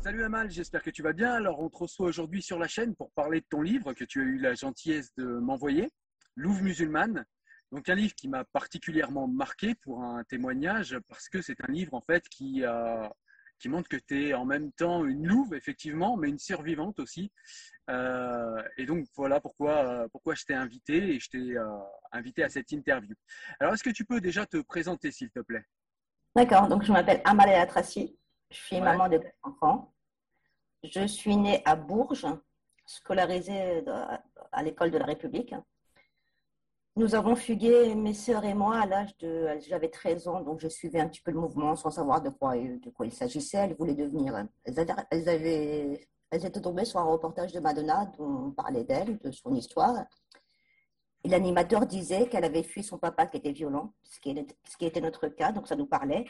Salut Amal, j'espère que tu vas bien. Alors, on te reçoit aujourd'hui sur la chaîne pour parler de ton livre que tu as eu la gentillesse de m'envoyer, Louve musulmane. Donc, un livre qui m'a particulièrement marqué pour un témoignage parce que c'est un livre en fait qui montre que tu es en même temps une louve, effectivement, mais une survivante aussi. Et donc, voilà pourquoi je t'ai invité et je t'ai invité à cette interview. Alors, est-ce que tu peux déjà te présenter, s'il te plaît? D'accord, donc je m'appelle Amalia Tracy, je suis Ouais, maman de 4 enfants. Je suis née à Bourges, scolarisée à l'école de la République. Nous avons fugué, mes sœurs et moi, à l'âge de. J'avais 13 ans, donc je suivais un petit peu le mouvement sans savoir de quoi il s'agissait. Elles voulaient devenir. Elles étaient tombées sur un reportage de Madonna dont on parlait d'elle, de son histoire. Et l'animateur disait qu'elle avait fui son papa qui était violent, ce qui était notre cas, donc ça nous parlait.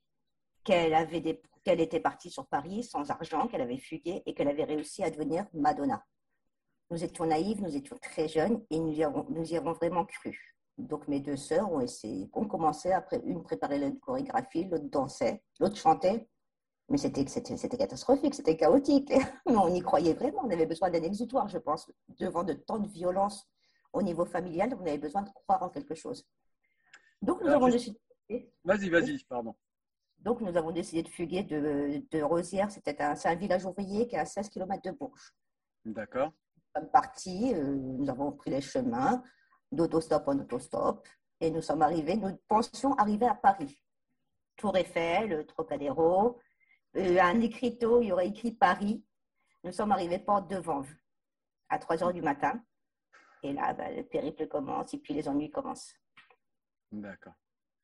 Qu'elle était partie sur Paris sans argent, qu'elle avait fugué et qu'elle avait réussi à devenir Madonna. Nous étions naïves, nous étions très jeunes et nous y avons vraiment cru. Donc mes deux sœurs ont commencé, après une préparait la chorégraphie, l'autre dansait, l'autre chantait. Mais c'était catastrophique, c'était chaotique. Mais on y croyait vraiment, on avait besoin d'un exutoire, je pense. Devant de tant de violence au niveau familial, on avait besoin de croire en quelque chose. Donc nous alors avons juste, décidé. vas-y, pardon. Donc, nous avons décidé de fuguer de Rosières. C'est un village ouvrier qui est à 16 kilomètres de Bourges. D'accord. Nous sommes partis, nous avons pris les chemins d'autostop en autostop et nous sommes arrivés, nous pensions arriver à Paris. Tour Eiffel, Trocadéro, un écriteau, il y aurait écrit Paris. Nous sommes arrivés porte de Vanves à 3 heures du matin. Et là, le périple commence et puis les ennuis commencent. D'accord.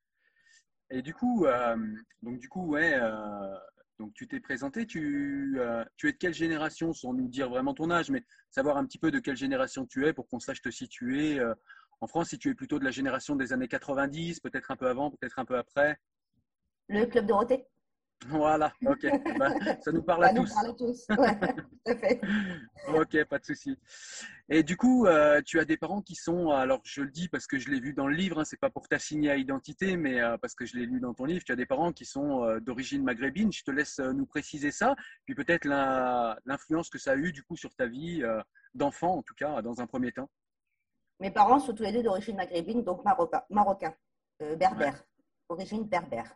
Et du coup, ouais, donc tu t'es présenté. Tu es de quelle génération, sans nous dire vraiment ton âge, mais savoir un petit peu de quelle génération tu es pour qu'on sache te situer. En France, si tu es plutôt de la génération des années 90, peut-être un peu avant, peut-être un peu après. Le Club Dorothée, Voilà, ok. Eh ben, ça nous parle à ça nous tous. parle tous. Ouais, tout à fait. Ok, pas de souci. Et du coup, tu as des parents qui sont, alors je le dis parce que je l'ai vu dans le livre, hein, c'est pas pour t'assigner à identité, mais parce que je l'ai lu dans ton livre, tu as des parents qui sont d'origine maghrébine. Je te laisse nous préciser ça, puis peut-être l'influence que ça a eu du coup sur ta vie d'enfant, en tout cas, dans un premier temps. Mes parents sont tous les deux d'origine maghrébine, donc marocain, Ouais, berbère, origine berbère.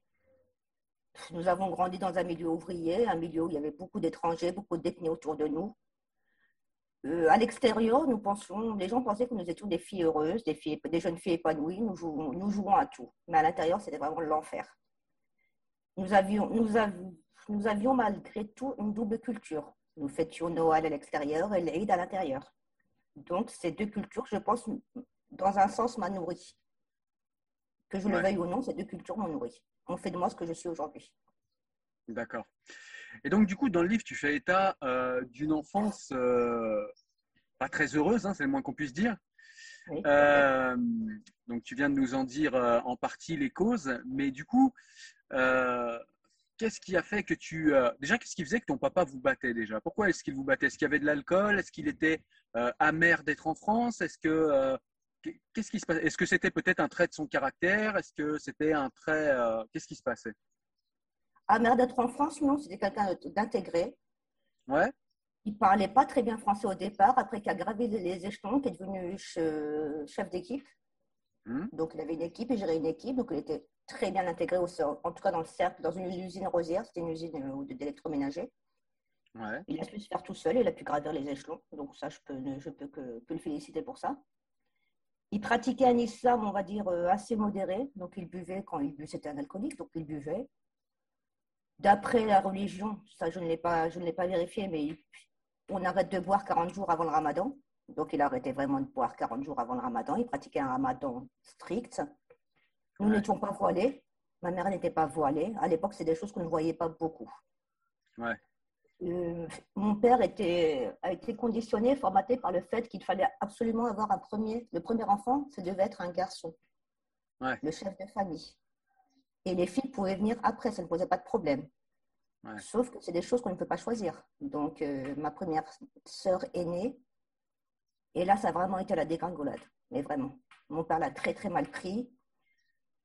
Nous avons grandi dans un milieu ouvrier, un milieu où il y avait beaucoup d'étrangers, beaucoup d'ethnies autour de nous. À l'extérieur, les gens pensaient que nous étions des filles heureuses, des jeunes filles épanouies, nous jouons à tout. Mais à l'intérieur, c'était vraiment l'enfer. Nous avions malgré tout une double culture. Nous fêtions Noël à l'extérieur et l'Aïd à l'intérieur. Donc, ces deux cultures, je pense, dans un sens, m'ont nourri. Que je le ouais, veuille ou non, ces deux cultures m'ont nourri. On fait de moi ce que je suis aujourd'hui. d'accord. Et donc, du coup, dans le livre, tu fais état d'une enfance pas très heureuse, hein, c'est le moins qu'on puisse dire. Oui, tout à fait. Euh, donc, tu viens de nous en dire en partie les causes, mais du coup, euh, qu'est-ce qui a fait que déjà, qu'est-ce qui faisait que ton papa vous battait déjà? Pourquoi est-ce qu'il vous battait? Est-ce qu'il y avait de l'alcool? Est-ce qu'il était amer d'être en France? Qu'est-ce qui se passait? Est-ce que c'était peut-être un trait de son caractère? Est-ce que c'était un trait qu'est-ce qui se passait? Ah, mère d'être en France, non, c'était quelqu'un d'intégré. Ouais. Il ne parlait pas très bien français au départ, après qu'il a gravé les échelons, qui est devenu chef d'équipe. Hmm. Donc, il avait une équipe, il gérait une équipe, donc il était très bien intégré, en tout cas dans le cercle, dans une usine rosière, c'était une usine d'électroménager. Ouais. Il a pu se faire tout seul, il a pu gravir les échelons, donc ça, je peux que le féliciter pour ça. Il pratiquait un islam, on va dire, assez modéré, donc il buvait quand il buvait, c'était un alcoolique, donc il buvait. D'après la religion, ça je ne l'ai pas vérifié, mais on arrête de boire 40 jours avant le ramadan. Donc il a arrêté vraiment de boire 40 jours avant le ramadan. Il pratiquait un ramadan strict. Nous Ouais. n'étions pas voilés. Ma mère n'était pas voilée. À l'époque, c'est des choses qu'on ne voyait pas beaucoup. Ouais. Mon père a été conditionné, formaté par le fait qu'il fallait absolument avoir le premier enfant, ça devait être un garçon, Ouais. le chef de famille. Et les filles pouvaient venir après, ça ne posait pas de problème. Ouais. Sauf que c'est des choses qu'on ne peut pas choisir. Donc, ma première sœur est née, et là, ça a vraiment été la dégringolade. Mais vraiment, mon père l'a très, très mal pris.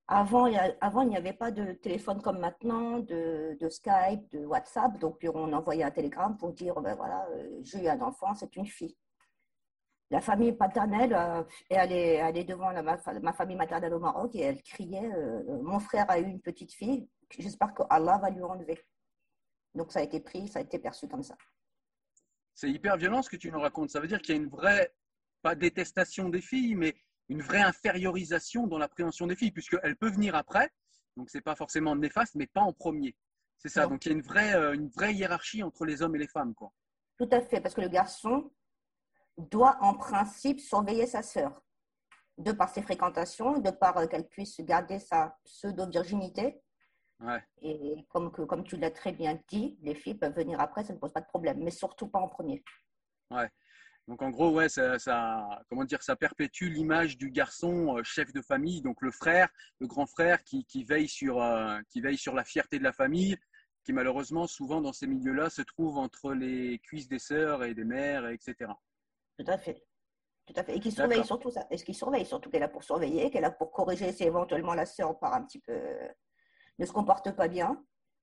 Avant, il n'y avait pas de téléphone comme maintenant, de Skype, de WhatsApp. Donc, on envoyait un télégramme pour dire, ben voilà, j'ai eu un enfant, c'est une fille. La famille paternelle est allée devant ma famille maternelle au Maroc et elle criait, mon frère a eu une petite fille, j'espère que Allah va lui enlever. Donc, ça a été pris, ça a été perçu comme ça. C'est hyper violent ce que tu nous racontes. Ça veut dire qu'il y a une vraie, pas détestation des filles, mais une vraie infériorisation dans l'appréhension des filles, puisqu'elles peuvent venir après. Donc, ce n'est pas forcément néfaste, mais pas en premier. C'est ça. Non, Donc, il y a une vraie hiérarchie entre les hommes et les femmes, quoi. tout à fait, parce que le garçon doit en principe surveiller sa sœur, de par ses fréquentations, de par qu'elle puisse garder sa pseudo-virginité. Ouais. Et comme tu l'as très bien dit, les filles peuvent venir après, ça ne pose pas de problème, mais surtout pas en premier. Ouais. Donc en gros, ouais, comment dire, ça perpétue l'image du garçon chef de famille, donc le frère, le grand frère qui veille sur la fierté de la famille, qui malheureusement souvent dans ces milieux-là se trouve entre les cuisses des sœurs et des mères, etc. Tout à fait. Tout à fait. Et qui surveille D'accord. surtout ça. Et ce qui surveille surtout qu'elle a pour surveiller, qu'elle a pour corriger si éventuellement la sœur part un petit peu, ne se comporte pas bien.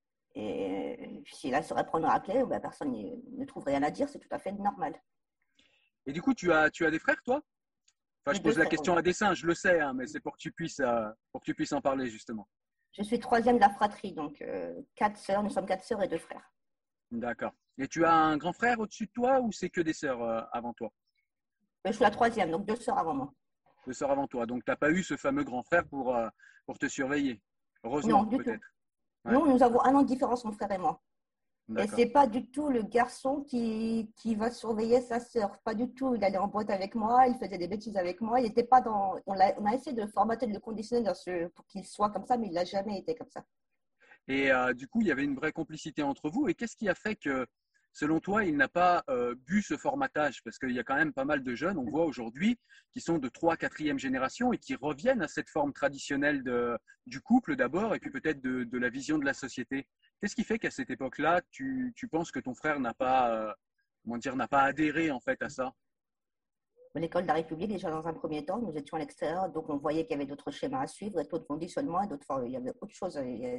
Et si la sœur prend une raclée, ben, personne ne trouve rien à dire, c'est tout à fait normal. Et du coup, tu as des frères, toi? Enfin, J'ai je deux pose la frères, oui. question à dessein, je le sais, hein, mais c'est pour que tu puisses en parler justement. Je suis troisième de la fratrie, donc quatre sœurs, nous sommes quatre sœurs et deux frères. D'accord. Et tu as un grand frère au-dessus de toi ou c'est que des sœurs avant toi? Je suis la troisième, donc deux sœurs avant moi. Deux sœurs avant toi. Donc, tu n'as pas eu ce fameux grand frère pour te surveiller. Non, Heureusement, du tout. peut-être. Ouais, Nous avons un an de différence, mon frère et moi. Et d'accord. c'est pas du tout le garçon qui va surveiller sa sœur. Pas du tout. Il allait en boîte avec moi, il faisait des bêtises avec moi. Il n'était pas dans. On a essayé de formater, de le conditionner pour qu'il soit comme ça, mais il n'a jamais été comme ça. Et du coup, il y avait une vraie complicité entre vous. Et qu'est-ce qui a fait que, selon toi, il n'a pas bu ce formatage? Parce qu'il y a quand même pas mal de jeunes, on voit aujourd'hui, qui sont de 3, 4e génération et qui reviennent à cette forme traditionnelle du couple d'abord et puis peut-être de la vision de la société. Qu'est-ce qui fait qu'à cette époque-là, tu penses que ton frère n'a pas, comment dire, n'a pas adhéré en fait à ça? L'école de la République, déjà dans un premier temps, nous étions à l'extérieur, donc on voyait qu'il y avait d'autres schémas à suivre, d'autres conditionnements, il y avait autre chose.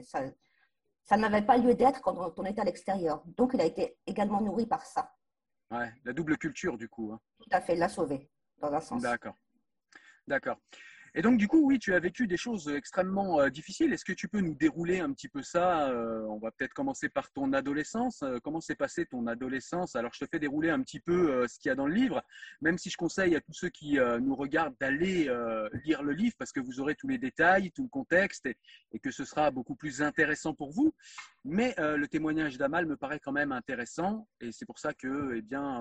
Ça n'avait pas lieu d'être quand on était à l'extérieur. Donc il a été également nourri par ça. Ouais, la double culture du coup, hein. Tout à fait, l'a sauvé, dans un sens. D'accord, d'accord. Et donc, du coup, oui, tu as vécu des choses extrêmement difficiles. Est-ce que tu peux nous dérouler un petit peu ça? On va peut-être commencer par ton adolescence. Comment s'est passée ton adolescence? Alors, je te fais dérouler un petit peu ce qu'il y a dans le livre, même si je conseille à tous ceux qui nous regardent d'aller lire le livre parce que vous aurez tous les détails, tout le contexte et que ce sera beaucoup plus intéressant pour vous. Mais le témoignage d'Amal me paraît quand même intéressant et c'est pour ça que, eh bien,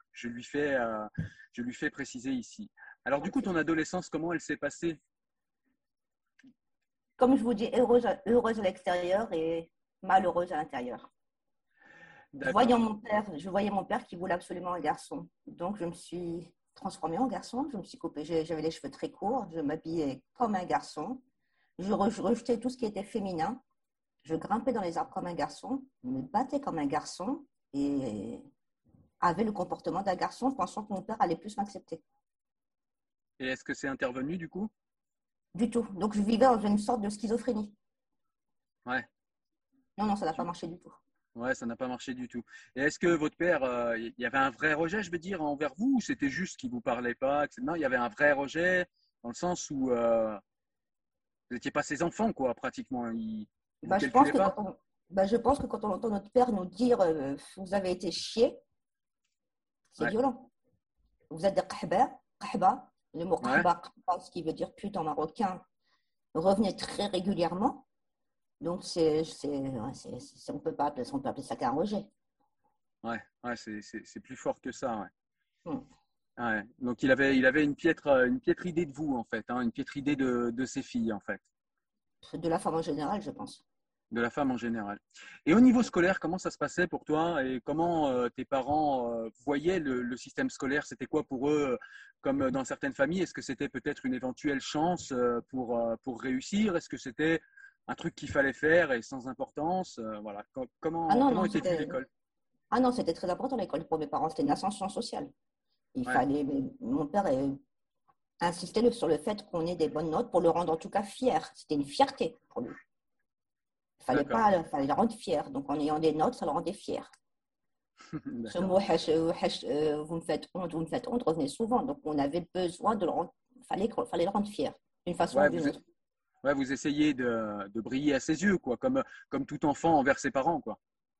je lui fais préciser ici. Alors du coup, ton adolescence, comment elle s'est passée? Comme je vous dis, heureuse à l'extérieur et malheureuse à l'intérieur. D'accord, Je voyais mon père qui voulait absolument un garçon. Donc, je me suis transformée en garçon. Je me suis coupée. J'avais les cheveux très courts. Je m'habillais comme un garçon. Je rejetais tout ce qui était féminin. Je grimpais dans les arbres comme un garçon. Je me battais comme un garçon et avait le comportement d'un garçon, pensant que mon père allait plus m'accepter. et est-ce que c'est intervenu du coup? Du tout. Donc, je vivais dans une sorte de schizophrénie. Ouais, Non, non, ça n'a pas tu- marché du tout. ouais, ça n'a pas marché du tout. Et est-ce que votre père, il y avait un vrai rejet, je veux dire, envers vous, ou c'était juste qu'il ne vous parlait pas, etc. Non, il y avait un vrai rejet, dans le sens où vous n'étiez pas ses enfants, quoi, pratiquement. Il vous Bah, je pense calculait que pas? je pense que quand on entend notre père nous dire vous avez été chié, c'est Ouais, violent. Vous êtes des qahba. Le mot ouais, qahba, ce qui veut dire pute en marocain, revenait très régulièrement. Donc, on peut pas appeler ça qu'un rejet. ouais, ouais, c'est plus fort que ça, ouais. Hmm. Ouais. Donc il avait une piètre idée de vous, en fait, hein, une piètre idée de ses filles, en fait. De la femme en général, je pense. De la femme en général. Et au niveau scolaire, comment ça se passait pour toi et comment tes parents voyaient le système scolaire? C'était quoi pour eux, comme dans certaines familles? Est-ce que c'était peut-être une éventuelle chance pour réussir? Est-ce que c'était un truc qu'il fallait faire et sans importance? Voilà. Ah non, Comment non, était vue l'école? c'était très important l'école pour mes parents. C'était une ascension sociale. Il Ouais, fallait, mon père insisté sur le fait qu'on ait des bonnes notes pour le rendre en tout cas fier. C'était une fierté pour lui. Fallait le rendre fier. Donc en ayant des notes, ça le rendait fier. Ce mot, vous me faites honte, revenait souvent. Donc on avait besoin de le rendre, fallait le rendre fier, d'une façon ou d'une autre. Vous essayez de briller à ses yeux, quoi, comme tout enfant envers ses parents, quoi.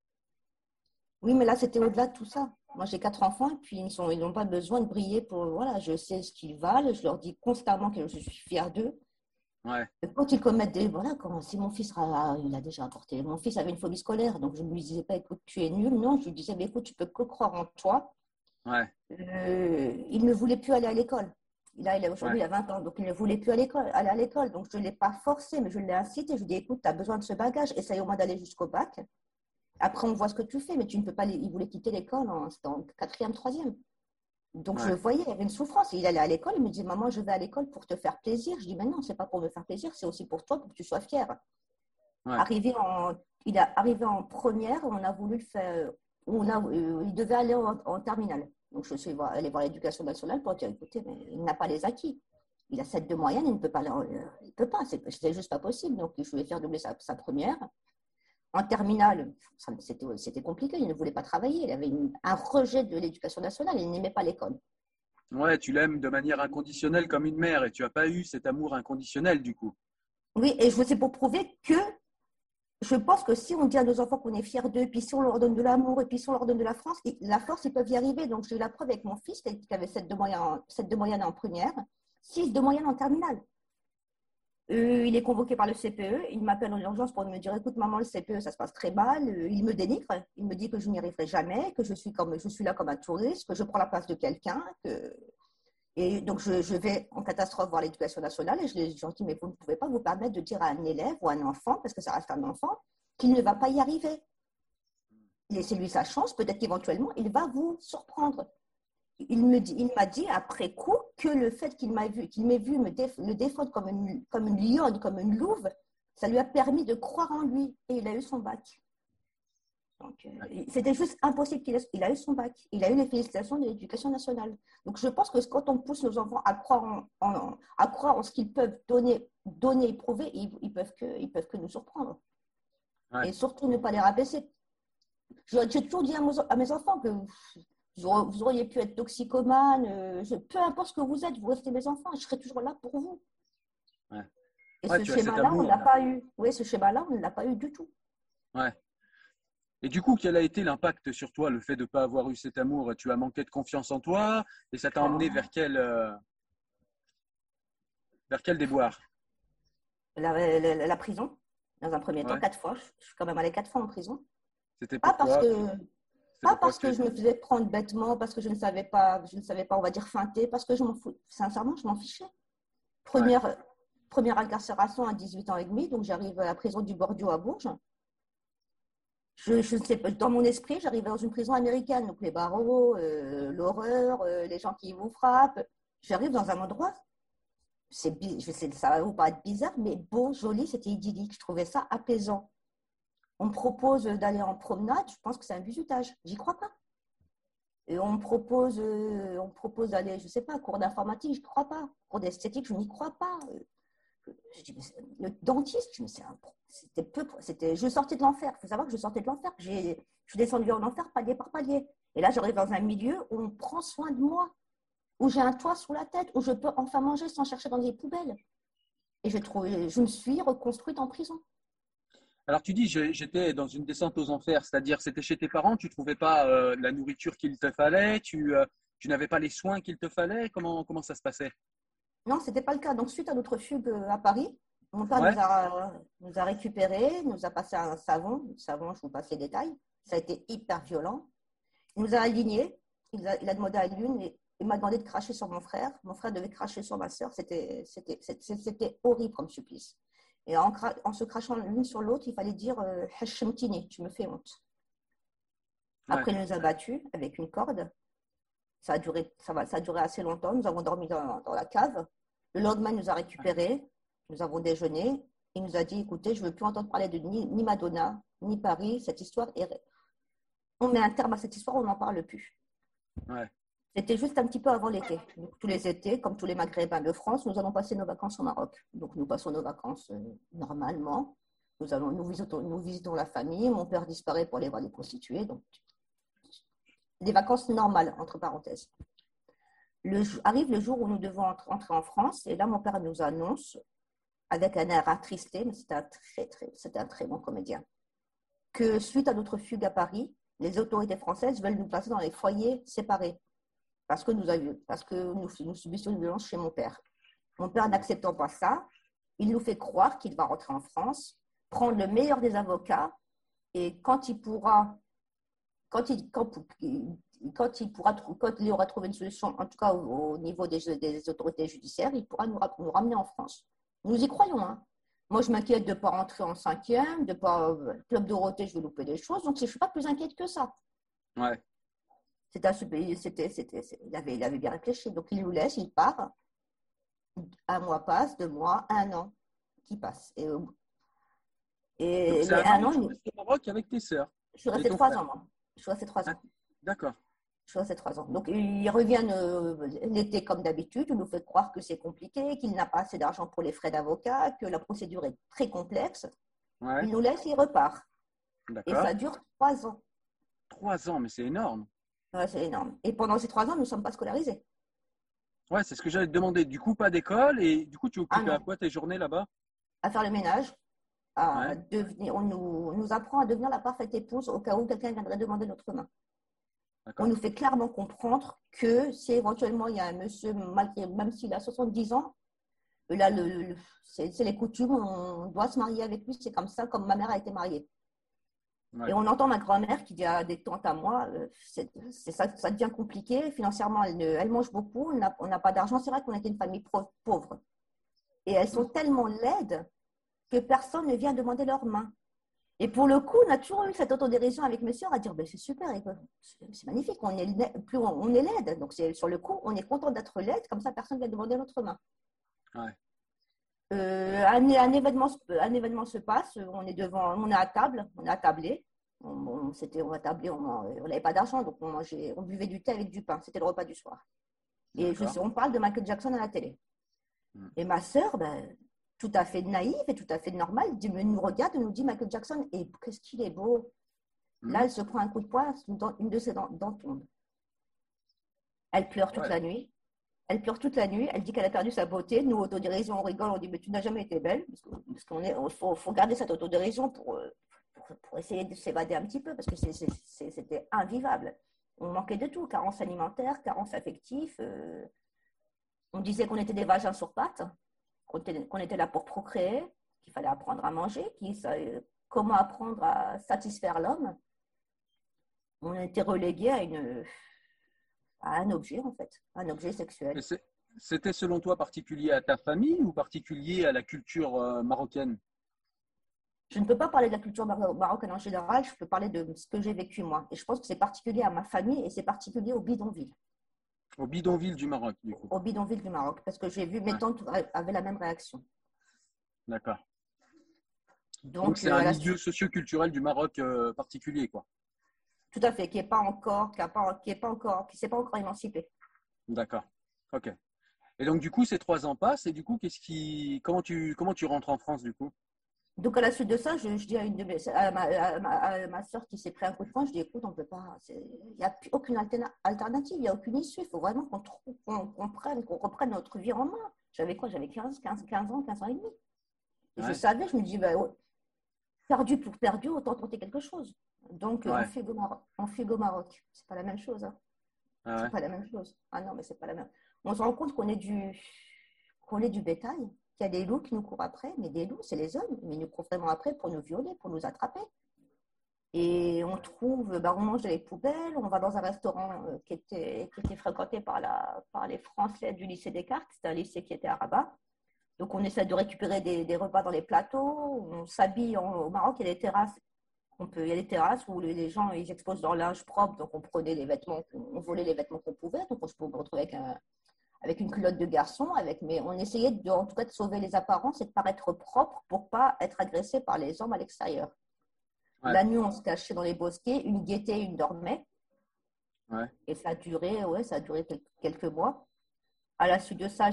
Oui, mais là, c'était au-delà de tout ça. Moi, j'ai 4 enfants et puis ils n'ont pas besoin de briller pour. Voilà, je sais ce qu'ils valent. Je leur dis constamment que je suis fière d'eux. Ouais. Et quand ils commettent des. Voilà, si mon fils il a déjà apporté. Mon fils avait une phobie scolaire, donc je ne lui disais pas, écoute, tu es nul. Non, je lui disais, mais écoute, tu peux que croire en toi. Ouais. Il ne voulait plus aller à l'école. Aujourd'hui, Ouais. il a 20 ans, donc il ne voulait plus aller à l'école. Donc, je ne l'ai pas forcé, mais je l'ai incité. Je lui ai dit, écoute, tu as besoin de ce bagage. Essaye au moins d'aller jusqu'au bac. Après, on voit ce que tu fais, mais tu ne peux pas. Il voulait quitter l'école en 4e, 3e. Donc, je Ouais. voyais, il y avait une souffrance. Il allait à l'école, il me disait, maman, je vais à l'école pour te faire plaisir. Je dis, mais non, ce n'est pas pour me faire plaisir, c'est aussi pour toi, pour que tu sois fière. Ouais. Il est arrivé en première, on a voulu le faire. Il devait aller en terminale. Donc, je suis allée voir l'éducation nationale pour dire, écoutez, mais il n'a pas les acquis. Il a 7 de moyenne, il ne peut pas. Il peut pas, c'est juste pas possible. Donc, je voulais faire doubler sa première. En terminale, c'était compliqué, il ne voulait pas travailler. Il avait un rejet de l'éducation nationale, il n'aimait pas l'école. Ouais, tu l'aimes de manière inconditionnelle comme une mère et tu n'as pas eu cet amour inconditionnel du coup. Oui, et c'est pour prouver que je pense que si on dit à nos enfants qu'on est fiers d'eux, puis si on leur donne de l'amour, et puis si on leur donne de la force, ils peuvent y arriver. Donc, j'ai eu la preuve avec mon fils qui avait 7 de moyenne en première, 6 de moyenne en terminale. Il est convoqué par le CPE, il m'appelle en urgence pour me dire, écoute maman, le CPE, ça se passe très mal. Il me dénigre, il me dit que je n'y arriverai jamais, que je suis là comme un touriste, que je prends la place de quelqu'un. Et donc, je vais en catastrophe voir l'éducation nationale et je leur dis, mais vous ne pouvez pas vous permettre de dire à un élève ou à un enfant, parce que ça reste un enfant, qu'il ne va pas y arriver. Laissez-lui sa chance, peut-être qu'éventuellement, il va vous surprendre. Il m'a dit après coup que le fait qu'il m'ait vu le défendre comme une lionne, comme une louve, ça lui a permis de croire en lui et il a eu son bac. Donc, c'était juste impossible il a eu son bac. Il a eu les félicitations de l'éducation nationale. Donc, je pense que quand on pousse nos enfants à croire en ce qu'ils peuvent donner et prouver, ils peuvent que nous surprendre. Ouais. Et surtout, ne pas les rabaisser. J'ai toujours dit à mes enfants que vous auriez pu être toxicomane, peu importe ce que vous êtes, vous restez mes enfants, je serai toujours là pour vous. Ouais. Et Ouais, ce tu as cet schéma-là, on ne amour. l'a pas eu. Oui, ce schéma-là, on ne l'a pas eu du tout. Ouais. Et du coup, quel a été l'impact sur toi, le fait de ne pas avoir eu cet amour? Tu as manqué de confiance en toi et ça t'a emmené Oh. vers quel déboire? La prison, dans un premier temps, Ouais. 4 fois. Je suis quand même allée 4 fois en prison. C'était Pas parce pourquoi? que, C'était pas pourquoi parce que tu que je étais. me faisais prendre bêtement, parce que je ne savais pas, on va dire, feinter, parce que je m'en fous. Sincèrement, je m'en fichais. Ouais. Première incarcération à 18 ans et demi, donc j'arrive à la prison du Bordeaux à Bourges. Je ne sais pas, dans mon esprit, j'arrivais dans une prison américaine, donc les barreaux, l'horreur, les gens qui vous frappent. J'arrive dans un endroit, ça va vous paraître bizarre, mais beau, joli, c'était idyllique. Je trouvais ça apaisant. On me propose d'aller en promenade, je pense que c'est un bizutage. J'y crois pas. Et on me propose d'aller, je ne sais pas, cours d'informatique, je ne crois pas. Cours d'esthétique, je n'y crois pas. Je dis, le dentiste, je sortais de l'enfer. Il faut savoir que je sortais de l'enfer. Je suis descendue en enfer palier par palier. Et là, j'arrive dans un milieu où on prend soin de moi, où j'ai un toit sous la tête, où je peux enfin manger sans chercher dans des poubelles. Et je me suis reconstruite en prison. Alors tu dis, j'étais dans une descente aux enfers, c'est-à-dire c'était chez tes parents, tu ne trouvais pas la nourriture qu'il te fallait, tu n'avais pas les soins qu'il te fallait, comment ça se passait? Non, ce n'était pas le cas. Donc, suite à notre fugue à Paris, mon père Ouais. nous a récupérés, nous a passé un savon. Le savon, je vous passe les détails. Ça a été hyper violent. Il nous a alignés. Il a demandé à l'une et il m'a demandé de cracher sur mon frère. Mon frère devait cracher sur ma sœur. C'était horrible comme supplice. Et en se crachant l'une sur l'autre, il fallait dire Hachemtini, tu me fais honte. Ouais. Après, il nous a battus avec une corde. Ça a duré assez longtemps. Nous avons dormi dans la cave. Le lendemain, il nous a récupérés. Nous avons déjeuné. Il nous a dit, écoutez, je ne veux plus entendre parler de ni Madonna, ni Paris. Cette histoire on met un terme à cette histoire, on n'en parle plus. Ouais. C'était juste un petit peu avant l'été. Donc, tous les étés, comme tous les Maghrébins de France, nous allons passer nos vacances au Maroc. Donc, nous passons nos vacances normalement. Nous visitons la famille. Mon père disparaît pour aller voir les prostituées. Donc, des vacances normales, entre parenthèses. Arrive le jour où nous devons entrer en France. Et là, mon père nous annonce, avec un air attristé, mais c'était un très bon comédien, que suite à notre fugue à Paris, les autorités françaises veulent nous placer dans les foyers séparés. Parce que nous subissions une violence chez mon père. Mon père, n'acceptant pas ça, il nous fait croire qu'il va rentrer en France, prendre le meilleur des avocats, et quand il aura trouvé une solution, en tout cas au niveau des autorités judiciaires, il pourra nous ramener en France. Nous y croyons. Hein. Moi, je m'inquiète de ne pas rentrer en 5e, de pas Club Dorothée, je vais louper des choses, donc je ne suis pas plus inquiète que ça. Ouais. Il avait bien réfléchi. Donc, il nous laisse, il part. Un mois passe, 2 mois, 1 an qui passe. Donc, c'est un an que tu restes au Maroc avec tes sœurs. Je suis restée 3 ans, moi. Je suis restée 3 ans. D'accord. Je suis restée 3 ans. Donc, ils reviennent l'été comme d'habitude. Ils nous fait croire que c'est compliqué, qu'il n'a pas assez d'argent pour les frais d'avocat, que la procédure est très complexe. Ouais. Il nous laisse, il repart. D'accord. Et ça dure 3 ans. 3 ans, mais c'est énorme. Ouais, c'est énorme. Et pendant ces 3 ans, nous ne sommes pas scolarisés. Ouais, c'est ce que j'allais te demander. Du coup, pas d'école et du coup, tu occupes à quoi tes journées là-bas? À faire le ménage, on nous apprend à devenir la parfaite épouse au cas où quelqu'un viendrait demander notre main. On nous fait clairement comprendre que si éventuellement il y a un monsieur, même s'il a 70 ans, là, c'est les coutumes, on doit se marier avec lui, c'est comme ça, comme ma mère a été mariée. Ouais. Et on entend ma grand-mère qui dit à des tantes à moi, ça devient compliqué, financièrement, elle mange beaucoup, on n'a pas d'argent, c'est vrai qu'on était une famille pauvre. Et elles sont tellement laides que personne ne vient demander leur main. Et pour le coup, on a toujours eu cette autodérision avec mes soeurs à dire c'est super, c'est magnifique, on est laide. Donc, sur le coup, on est content d'être laide, comme ça, personne ne vient demander notre main. Ouais. Un événement se passe, on est à table, on est attablé. On n'avait pas d'argent, donc on buvait du thé avec du pain. C'était le repas du soir. Et on parle de Michael Jackson à la télé. Et ma sœur, tout à fait naïve et tout à fait normale, nous regarde et nous dit Michael Jackson, et qu'est-ce qu'il est beau. Là, elle se prend un coup de poing, une de ses dents tombe. Elle pleure toute la nuit. Elle pleure toute la nuit, elle dit qu'elle a perdu sa beauté. Nous, autodérision, on rigole, on dit mais tu n'as jamais été belle. Parce faut garder cette autodérision pour essayer de s'évader un petit peu, parce que c'était invivable. On manquait de tout, carence alimentaire, carence affective. On disait qu'on était des vagins sur pattes, qu'on était là pour procréer, qu'il fallait apprendre à manger, comment apprendre à satisfaire l'homme. On était relégués à un objet, en fait, un objet sexuel. C'était selon toi particulier à ta famille ou particulier à la culture marocaine? Je ne peux pas parler de la culture marocaine en général, je peux parler de ce que j'ai vécu moi. Et je pense que c'est particulier à ma famille et c'est particulier au bidonville. Au bidonville du Maroc, du coup. Au bidonville du Maroc, parce que j'ai vu mes tantes avaient la même réaction. D'accord. Donc c'est un milieu socio-culturel du Maroc particulier, quoi. Tout à fait, qui s'est pas encore émancipé. D'accord. Ok. Et donc du coup, ces 3 ans passent et du coup, comment tu rentres en France du coup? Donc à la suite de ça, je dis à ma soeur qui s'est pris un coup de poing, je dis écoute, on peut pas, il n'y a aucune alternative, il n'y a aucune issue, il faut vraiment qu'on reprenne notre vie en main. J'avais 15 ans et demi. Et je savais, je me dis perdu pour perdu, autant tenter quelque chose. Donc on fugue au Maroc. C'est pas la même chose. Hein. C'est pas la même chose. Ah non, mais c'est pas la même. On se rend compte qu'on est du bétail, qu'il y a des loups qui nous courent après, mais des loups, c'est les hommes, mais ils nous courent vraiment après pour nous violer, pour nous attraper. Et on on mange dans les poubelles, on va dans un restaurant qui était fréquenté par les Français du lycée Descartes, c'était un lycée qui était à Rabat. Donc on essaie de récupérer des repas dans les plateaux, on s'habille au Maroc, il y a des terrasses. Il y a des terrasses où les gens ils exposent leur linge propre, donc on prenait les vêtements, on volait les vêtements qu'on pouvait, donc on se pouvait retrouver avec une culotte de garçon, mais on essayait en tout cas de sauver les apparences et de paraître propre pour pas être agressé par les hommes à l'extérieur. Ouais. La nuit, on se cachait dans les bosquets, une guettait, une dormait. Ouais. Et ça a duré, ouais, ça a duré quelques mois. À la suite de ça,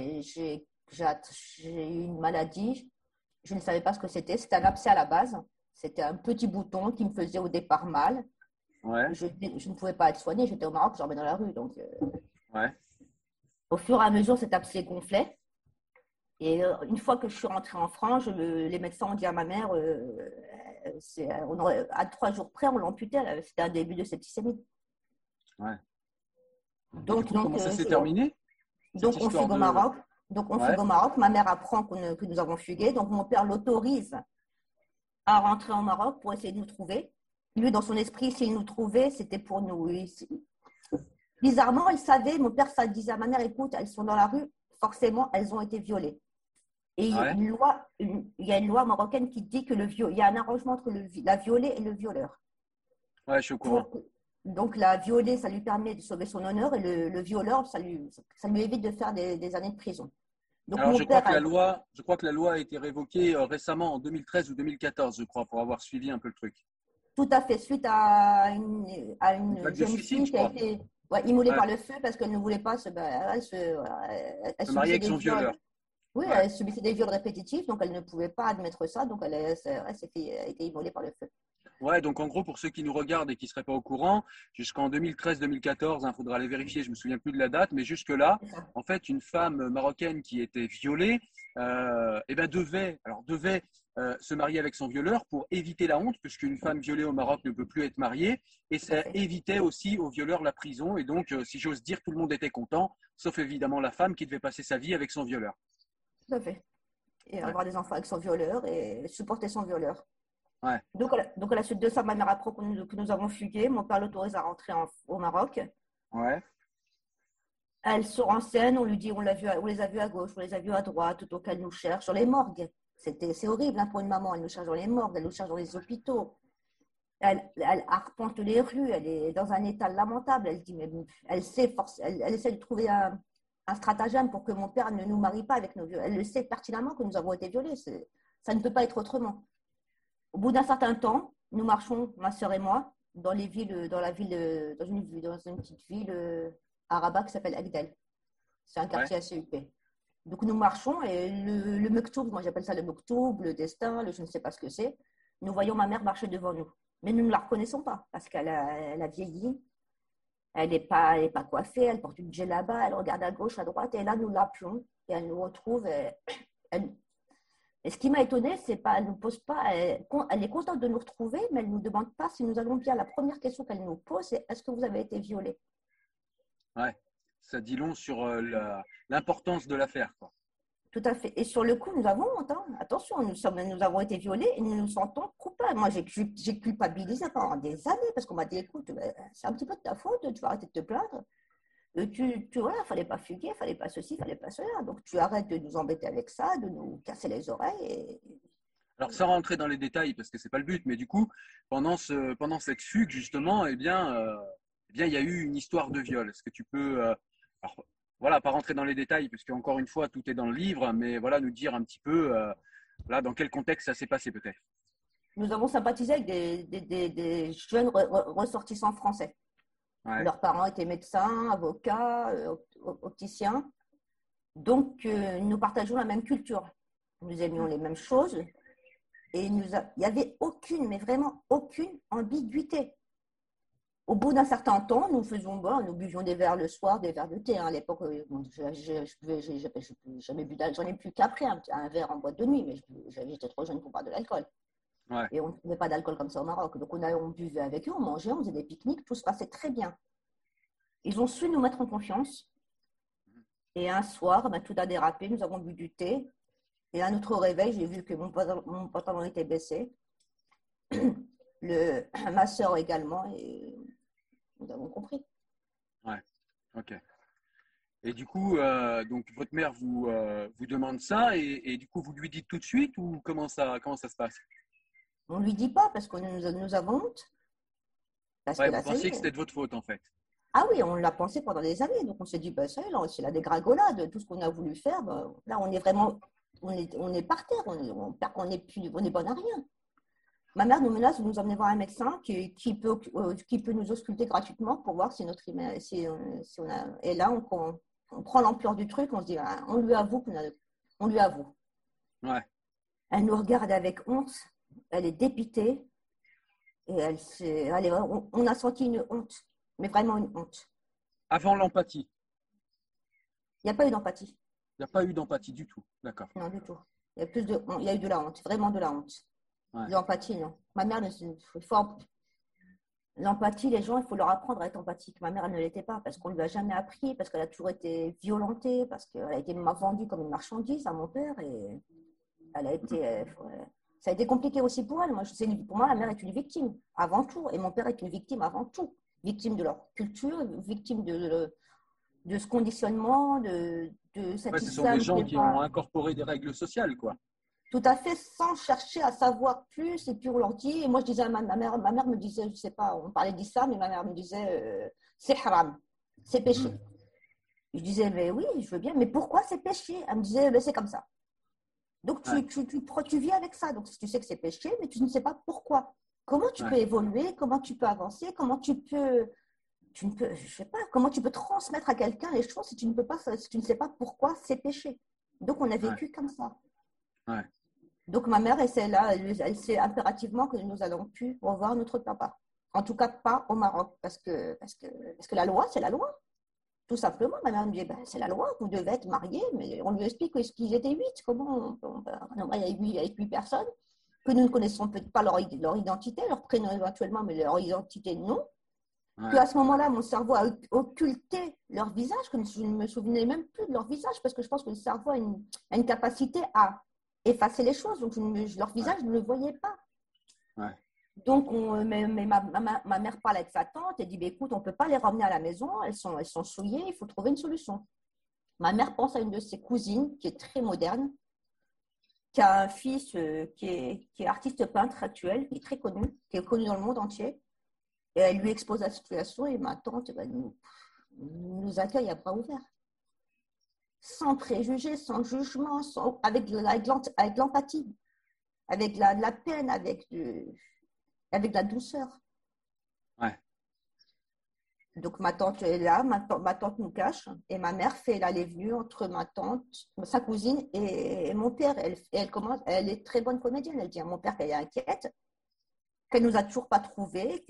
j'ai eu une maladie. Je ne savais pas ce que c'était. C'était un abcès à la base. C'était un petit bouton qui me faisait au départ mal. Ouais. Je ne pouvais pas être soignée. J'étais au Maroc, je dormais dans la rue. Donc, Ouais. au fur et à mesure, cet abcès gonflait. Et une fois que je suis rentrée en France, les médecins ont dit à ma mère, à 3 jours près, on l'amputait. C'était un début de septicémie. Ouais. Et du Donc, coup, donc, comment ça s'est terminé, cette on histoire fugue au de… Maroc. Donc, on fugue Ouais. au Maroc. Ma mère apprend que nous avons fugué. Donc, mon père l'autorise à rentrer au Maroc pour essayer de nous trouver. Lui, dans son esprit, s'il nous trouvait, c'était pour nous. Bizarrement, il savait, mon père, ça disait à ma mère, écoute, elles sont dans la rue, forcément, elles ont été violées. Et Ouais. il y a une loi marocaine qui dit que il y a un arrangement entre la violée et le violeur. Ouais, je suis au courant. Donc, la violée, ça lui permet de sauver son honneur et le violeur, ça lui évite de faire des années de prison. Donc, Alors, mon père, je crois que la loi a été révoquée récemment en 2013 ou 2014, je crois, pour avoir suivi un peu le truc. tout à fait, suite à Une une vague de jeune suicide, fille je qui a crois. été immolée Ouais. par le feu parce qu'elle ne voulait pas elle Se marier subissait avec des son viols. violeur. Oui, Ouais. elle subissait des viols répétitifs, donc elle ne pouvait pas admettre ça, donc elle a été immolée par le feu. Ouais, donc en gros, pour ceux qui nous regardent et qui ne seraient pas au courant, jusqu'en 2013-2014, il faudra aller vérifier, je me souviens plus de la date, mais jusque-là, C'est ça. en fait, une femme marocaine qui était violée, eh ben devait se marier avec son violeur pour éviter la honte, puisqu'une femme violée au Maroc ne peut plus être mariée, et Tout à ça fait. évitait aussi au violeur la prison, et donc, si j'ose dire, tout le monde était content, sauf évidemment la femme qui devait passer sa vie avec son violeur. Tout à fait. Et Ouais, avoir des enfants avec son violeur et supporter son violeur. ouais, Donc, à la suite de ça, ma mère apprend que nous avons fugué. Mon père l'autorise à rentrer au Maroc. ouais, Elle se renseigne, on lui dit on les a vus à gauche, on les a vus à droite, tout qu'elle nous cherche sur les morgues. C'est horrible hein, pour une maman, elle nous cherche dans les morgues, elle nous cherche dans les hôpitaux. Elle arpente les rues, elle est dans un état lamentable. Elle dit, mais elle essaie de trouver un stratagème pour que mon père ne nous marie pas avec nos vieux. Elle le sait pertinemment que nous avons été violés. Ça ne peut pas être autrement. Au bout d'un certain temps, nous marchons, ma sœur et moi, dans les villes, dans une petite ville à Rabat qui s'appelle Agdel. C'est un ouais. quartier assez huppé. Donc nous marchons et le mektoub, moi j'appelle ça le mektoub, le destin, je ne sais pas ce que c'est. Nous voyons ma mère marcher devant nous. Mais nous ne la reconnaissons pas parce elle a vieilli, elle n'est pas coiffée, elle porte une djellaba, elle regarde à gauche, à droite et là nous l'appelons et elle nous retrouve. Et ce qui m'a étonnée, c'est pas, elle nous pose pas, elle est contente de nous retrouver, mais elle ne nous demande pas si nous allons bien. La première question qu'elle nous pose, c'est est-ce que vous avez été violée? Ouais, ça dit long sur l'importance de l'affaire, quoi. Tout à fait. Et sur le coup, nous avons honte. Hein. Attention, nous avons été violés et nous nous sentons coupables. Moi, j'ai culpabilisé pendant des années parce qu'on m'a dit, écoute, c'est un petit peu de ta faute, tu vas arrêter de te plaindre. Voilà, fallait pas fuguer, fallait pas ceci, fallait pas cela. Donc, tu arrêtes de nous embêter avec ça, de nous casser les oreilles. Alors, sans rentrer dans les détails, parce que c'est pas le but, mais du coup, pendant cette fugue, justement, eh bien, il y a eu une histoire de viol. Est-ce que tu peux, alors, voilà, pas rentrer dans les détails, parce qu'encore une fois, tout est dans le livre, mais voilà, nous dire un petit peu, là, dans quel contexte ça s'est passé, peut-être. Nous avons sympathisé avec des jeunes ressortissants français. Ouais. Leurs parents étaient médecins, avocats, opticiens. Donc, nous partageons la même culture. Nous aimions Mm. les mêmes choses. Et il n'y avait aucune, mais vraiment aucune ambiguïté. Au bout d'un certain temps, nous buvions des verres le soir, des verres de thé. Hein. À l'époque, j'ai jamais bu d'alcool. J'en ai plus qu'après, un verre en boîte de nuit, mais j'étais trop jeune pour boire de l'alcool. Ouais. Et on ne trouvait pas d'alcool comme ça au Maroc. Donc, on buvait avec eux, on mangeait, on faisait des pique-niques, tout se passait très bien. Ils ont su nous mettre en confiance. Et un soir, tout a dérapé, nous avons bu du thé. Et à notre réveil, j'ai vu que mon pantalon était baissé. Ma soeur également. Et nous avons compris. Ouais. Ok. Et du coup, donc votre mère vous demande ça, et du coup, vous lui dites tout de suite, ou comment ça se passe? On ne lui dit pas parce que nous avons honte. Parce que Ouais, vous là, ça y pensiez que est. c'était de votre faute, en fait. Ah oui, on l'a pensé pendant des années. Donc on s'est dit, ça y est, là, c'est la dégringolade. Tout ce qu'on a voulu faire, là, on est vraiment, on est par terre. On est bon à rien. Ma mère nous menace de nous emmener voir un médecin qui peut nous ausculter gratuitement pour voir si notre si on a. Et là, on prend l'ampleur du truc, on se dit, ah, on lui avoue on lui avoue. Ouais. Elle nous regarde avec honte, elle est dépitée et on a senti une honte, mais vraiment une honte. Avant l'empathie. Il n'y a pas eu d'empathie. Il n'y a pas eu d'empathie du tout. D'accord. Non, du tout. Il y a eu de la honte, vraiment de la honte. Ouais. L'empathie, non. Ma mère, l'empathie, les gens, il faut leur apprendre à être empathique. Ma mère, elle ne l'était pas parce qu'on ne lui a jamais appris, parce qu'elle a toujours été violentée, parce qu'elle a été vendue comme une marchandise à mon père et elle a été. Ça a été compliqué aussi pour elle. Pour moi, la mère est une victime avant tout et mon père est une victime avant tout. Victime de leur culture, victime de ce conditionnement, de cet Ouais, ce sont des islam qui gens est qui pas. ont incorporé des règles sociales, quoi. Tout à fait, sans chercher à savoir plus. Et puis on leur dit, et moi je disais à ma mère me disait, je ne sais pas, on parlait d'islam, mais ma mère me disait, c'est haram, c'est péché. Je disais, mais oui, je veux bien, mais pourquoi c'est péché? Elle me disait, c'est comme ça. Donc tu vis avec ça. Donc tu sais que c'est péché, mais tu ne sais pas pourquoi. Comment tu peux évoluer? Comment tu peux avancer? Je sais pas, comment tu peux transmettre à quelqu'un les choses si tu ne sais pas pourquoi c'est péché. Donc on a vécu comme ça. Ouais. Donc ma mère, elle sait impérativement que nous allons plus revoir notre papa. En tout cas, pas au Maroc, parce que la loi, c'est la loi. Tout simplement, ma mère me dit, c'est la loi, vous devez être mariés, mais on lui explique qu'ils étaient 8. Comment on marier avec 8 personnes, que nous ne connaissons peut-être pas leur identité, leur prénom éventuellement, mais leur identité, non. Ouais. Qu'à ce moment-là, mon cerveau a occulté leur visage, que je ne me souvenais même plus de leur visage, parce que je pense que le cerveau a une capacité à effacer les choses, donc leur visage, je ne le voyais pas. Ouais. Donc, ma mère parle avec sa tante et dit, écoute, on ne peut pas les ramener à la maison, elles sont souillées, il faut trouver une solution. Ma mère pense à une de ses cousines qui est très moderne, qui a un fils qui est artiste peintre actuel, qui est très connu, qui est connu dans le monde entier. Et elle lui expose la situation et ma tante nous accueille à bras ouverts. Sans préjugés, sans jugement, avec l'empathie, avec la peine, avec de la douceur. Ouais. Donc ma tante est là, ma tante nous cache et ma mère fait l'aller-venue entre ma tante, sa cousine et mon père. Elle est très bonne comédienne. Elle dit à mon père qu'elle est inquiète, qu'elle nous a toujours pas trouvés,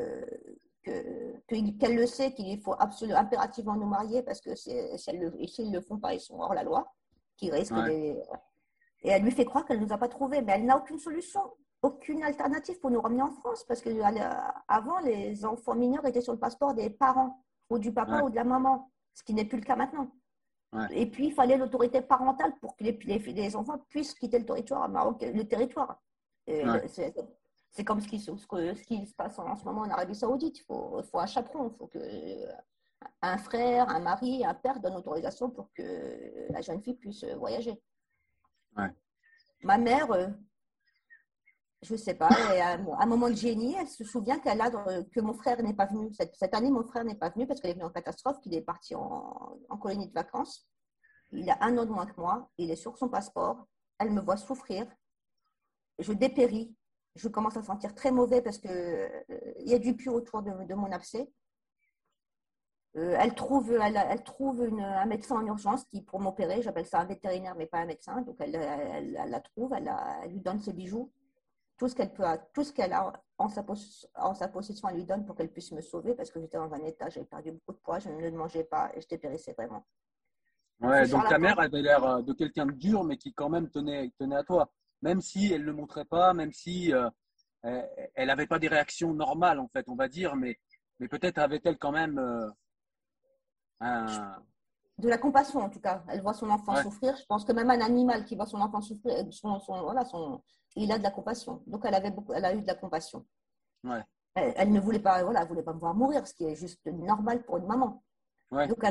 qu'elle le sait qu'il faut absolument impérativement nous marier parce que s'ils ne le font pas, ils sont hors la loi, qu'ils risquent des. Et elle lui fait croire qu'elle ne nous a pas trouvés, mais elle n'a aucune solution, aucune alternative pour nous ramener en France parce que avant, les enfants mineurs étaient sur le passeport des parents ou du papa ou de la maman, ce qui n'est plus le cas maintenant. Ouais. Et puis, il fallait l'autorité parentale pour que les enfants puissent quitter le territoire. C'est comme ce qui se passe en ce moment en Arabie Saoudite. Il faut un chaperon, il faut un frère, un mari, un père donnent l'autorisation pour que la jeune fille puisse voyager. Ouais. Ma mère, je ne sais pas, à un moment de génie, elle se souvient que mon frère n'est pas venu. Cette année, mon frère n'est pas venu parce qu'il est venu en catastrophe, qu'il est parti en colonie de vacances. Il a 1 an de moins que moi, il est sur son passeport. Elle me voit souffrir. Je dépéris. Je commence à sentir très mauvais parce qu'il y a du pu autour de mon abcès. Elle trouve un médecin en urgence pour m'opérer. J'appelle ça un vétérinaire, mais pas un médecin. Donc, elle la trouve, elle lui donne ses bijoux. Tout ce qu'elle a en sa possession, elle lui donne pour qu'elle puisse me sauver parce que j'étais dans un état, j'avais perdu beaucoup de poids, je ne mangeais pas et je dépérissais vraiment. Ouais, donc ta mère avait l'air de quelqu'un de dur, mais qui quand même tenait à toi. Même si elle ne le montrait pas, même si elle n'avait pas des réactions normales, en fait, on va dire, mais peut-être avait-elle quand même de la compassion, en tout cas. Elle voit son enfant souffrir. Je pense que même un animal qui voit son enfant souffrir, il a de la compassion. Donc, elle a eu de la compassion. Ouais. Elle ne voulait pas, voulait pas me voir mourir, ce qui est juste normal pour une maman. Ouais. Donc,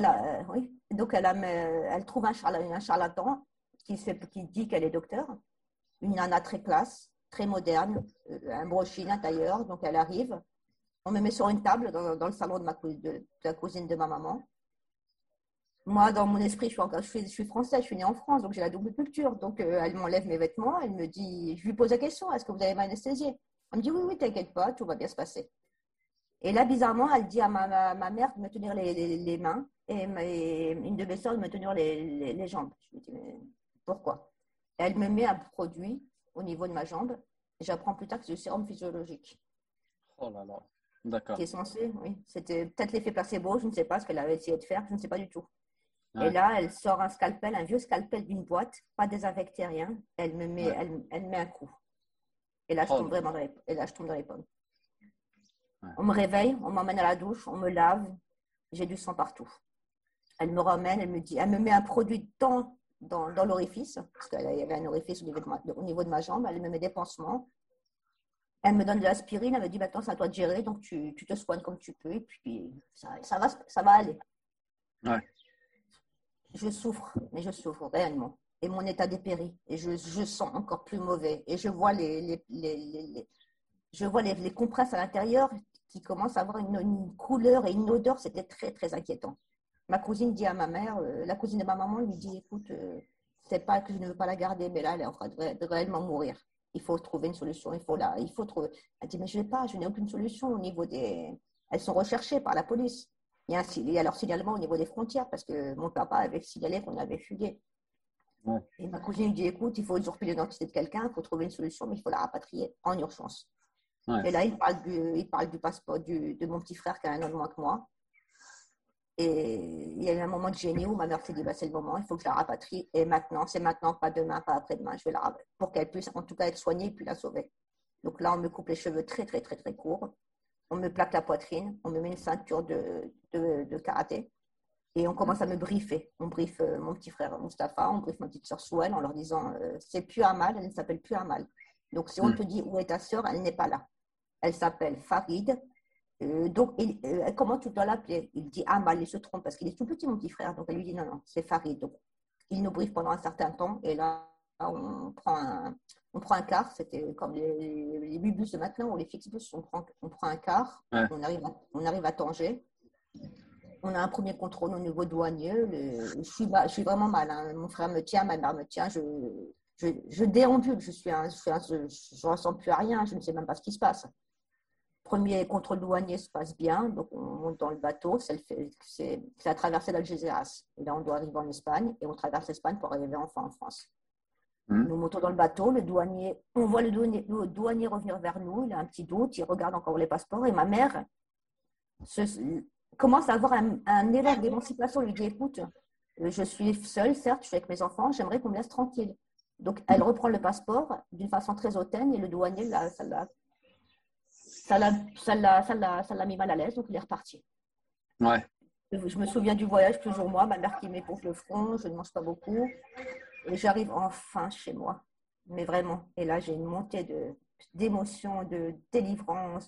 elle trouve un charlatan qui dit qu'elle est docteur, une nana très classe, très moderne, un brochine, un tailleur. Donc, elle arrive. On me met sur une table dans le salon de la cousine de ma maman. Moi, dans mon esprit, je suis française, je suis née en France, donc j'ai la double culture. Donc, elle m'enlève mes vêtements, elle me dit, je lui pose la question, est-ce que vous avez m'anesthésier? Elle me dit, oui, oui, t'inquiète pas, tout va bien se passer. Et là, bizarrement, elle dit à ma mère de me tenir les mains et une de mes soeurs de me tenir les jambes. Je me dis, mais pourquoi? Elle me met un produit au niveau de ma jambe. J'apprends plus tard que c'est le sérum physiologique. Oh là là. D'accord. Qui est censé, oui. C'était peut-être l'effet placebo, je ne sais pas ce qu'elle avait essayé de faire, je ne sais pas du tout. Et Ouais. là, elle sort un scalpel, un vieux scalpel d'une boîte, pas désinfecté, rien. Ouais. Elle met un coup. Et là, je Oh tombe là là. vraiment et là, je tombe dans les pommes. Ouais. On me réveille, on m'emmène à la douche, on me lave, j'ai du sang partout. Elle me ramène, elle me met un produit dans l'orifice, parce qu'il y avait un orifice au niveau de ma jambe, elle me met des pansements. Elle me donne de l'aspirine, elle me dit maintenant c'est à toi de gérer, donc tu te soignes comme tu peux, et puis ça va aller. Ouais. Je souffre, mais je souffre réellement. Et mon état dépérit, et je sens encore plus mauvais. Et je vois les compresses à l'intérieur qui commencent à avoir une couleur et une odeur, c'était très, très inquiétant. Ma cousine dit à ma mère, la cousine de ma maman lui dit, écoute, c'est pas que je ne veux pas la garder, mais là, elle est en train de réellement mourir. Il faut trouver une solution, il faut trouver. Elle dit, mais je n'ai aucune solution au niveau des... Elles sont recherchées par la police. Il y a leur signalement au niveau des frontières, parce que mon papa avait signalé qu'on avait fugué. Ouais. Et ma cousine lui dit, écoute, il faut usurper l'identité de quelqu'un, il faut trouver une solution, mais il faut la rapatrier en urgence. Ouais. Et là, il parle du passeport de mon petit frère qui a un an de moins que moi. Et il y a eu un moment de génie où ma mère s'est dit, bah, c'est le moment, il faut que je la rapatrie. Et maintenant, c'est maintenant, pas demain, pas après-demain. Je vais la rapatrie pour qu'elle puisse en tout cas être soignée et puis la sauver. Donc là, on me coupe les cheveux très, très, très, très courts. On me plaque la poitrine. On me met une ceinture de karaté. Et on commence à me briefer. On briefe mon petit frère Mustapha, on briefe ma petite sœur Souel en leur disant, c'est plus Amal, elle ne s'appelle plus Amal. Donc si on te dit, où est ta sœur, elle n'est pas là. Elle s'appelle Farid. Donc, comment tu dois l'appeler? Il dit Amal, il se trompe parce qu'il est tout petit, mon petit frère. Donc, elle lui dit non, non, c'est Farid. Donc, il nous briefe pendant un certain temps et là, on prend un car. C'était comme les bus de maintenant ou les Flixbus. On prend un car, Ouais. on arrive à Tanger. On a un premier contrôle au niveau douanier. Je suis vraiment mal. Hein. Mon frère me tient, ma mère me tient. Je déambule. Je ne ressens plus à rien. Je ne sais même pas ce qui se passe. Premier contrôle douanier se passe bien, donc on monte dans le bateau, c'est la traversée d'Algeciras. Et là, on doit arriver en Espagne et on traverse l'Espagne pour arriver enfin en France. Mmh. Nous montons dans le bateau, on voit le douanier revenir vers nous, il a un petit doute, il regarde encore les passeports et ma mère commence à avoir un élan d'émancipation. Elle lui dit, écoute, je suis seule, certes, je suis avec mes enfants, j'aimerais qu'on me laisse tranquille. Donc, elle reprend le passeport d'une façon très hautaine et le douanier, ça l'a mis mal à l'aise, donc il est reparti. Ouais. Je me souviens du voyage, toujours moi, ma mère qui m'éponge le front, je ne mange pas beaucoup. Et j'arrive enfin chez moi, mais vraiment. Et là, j'ai une montée d'émotion, de délivrance.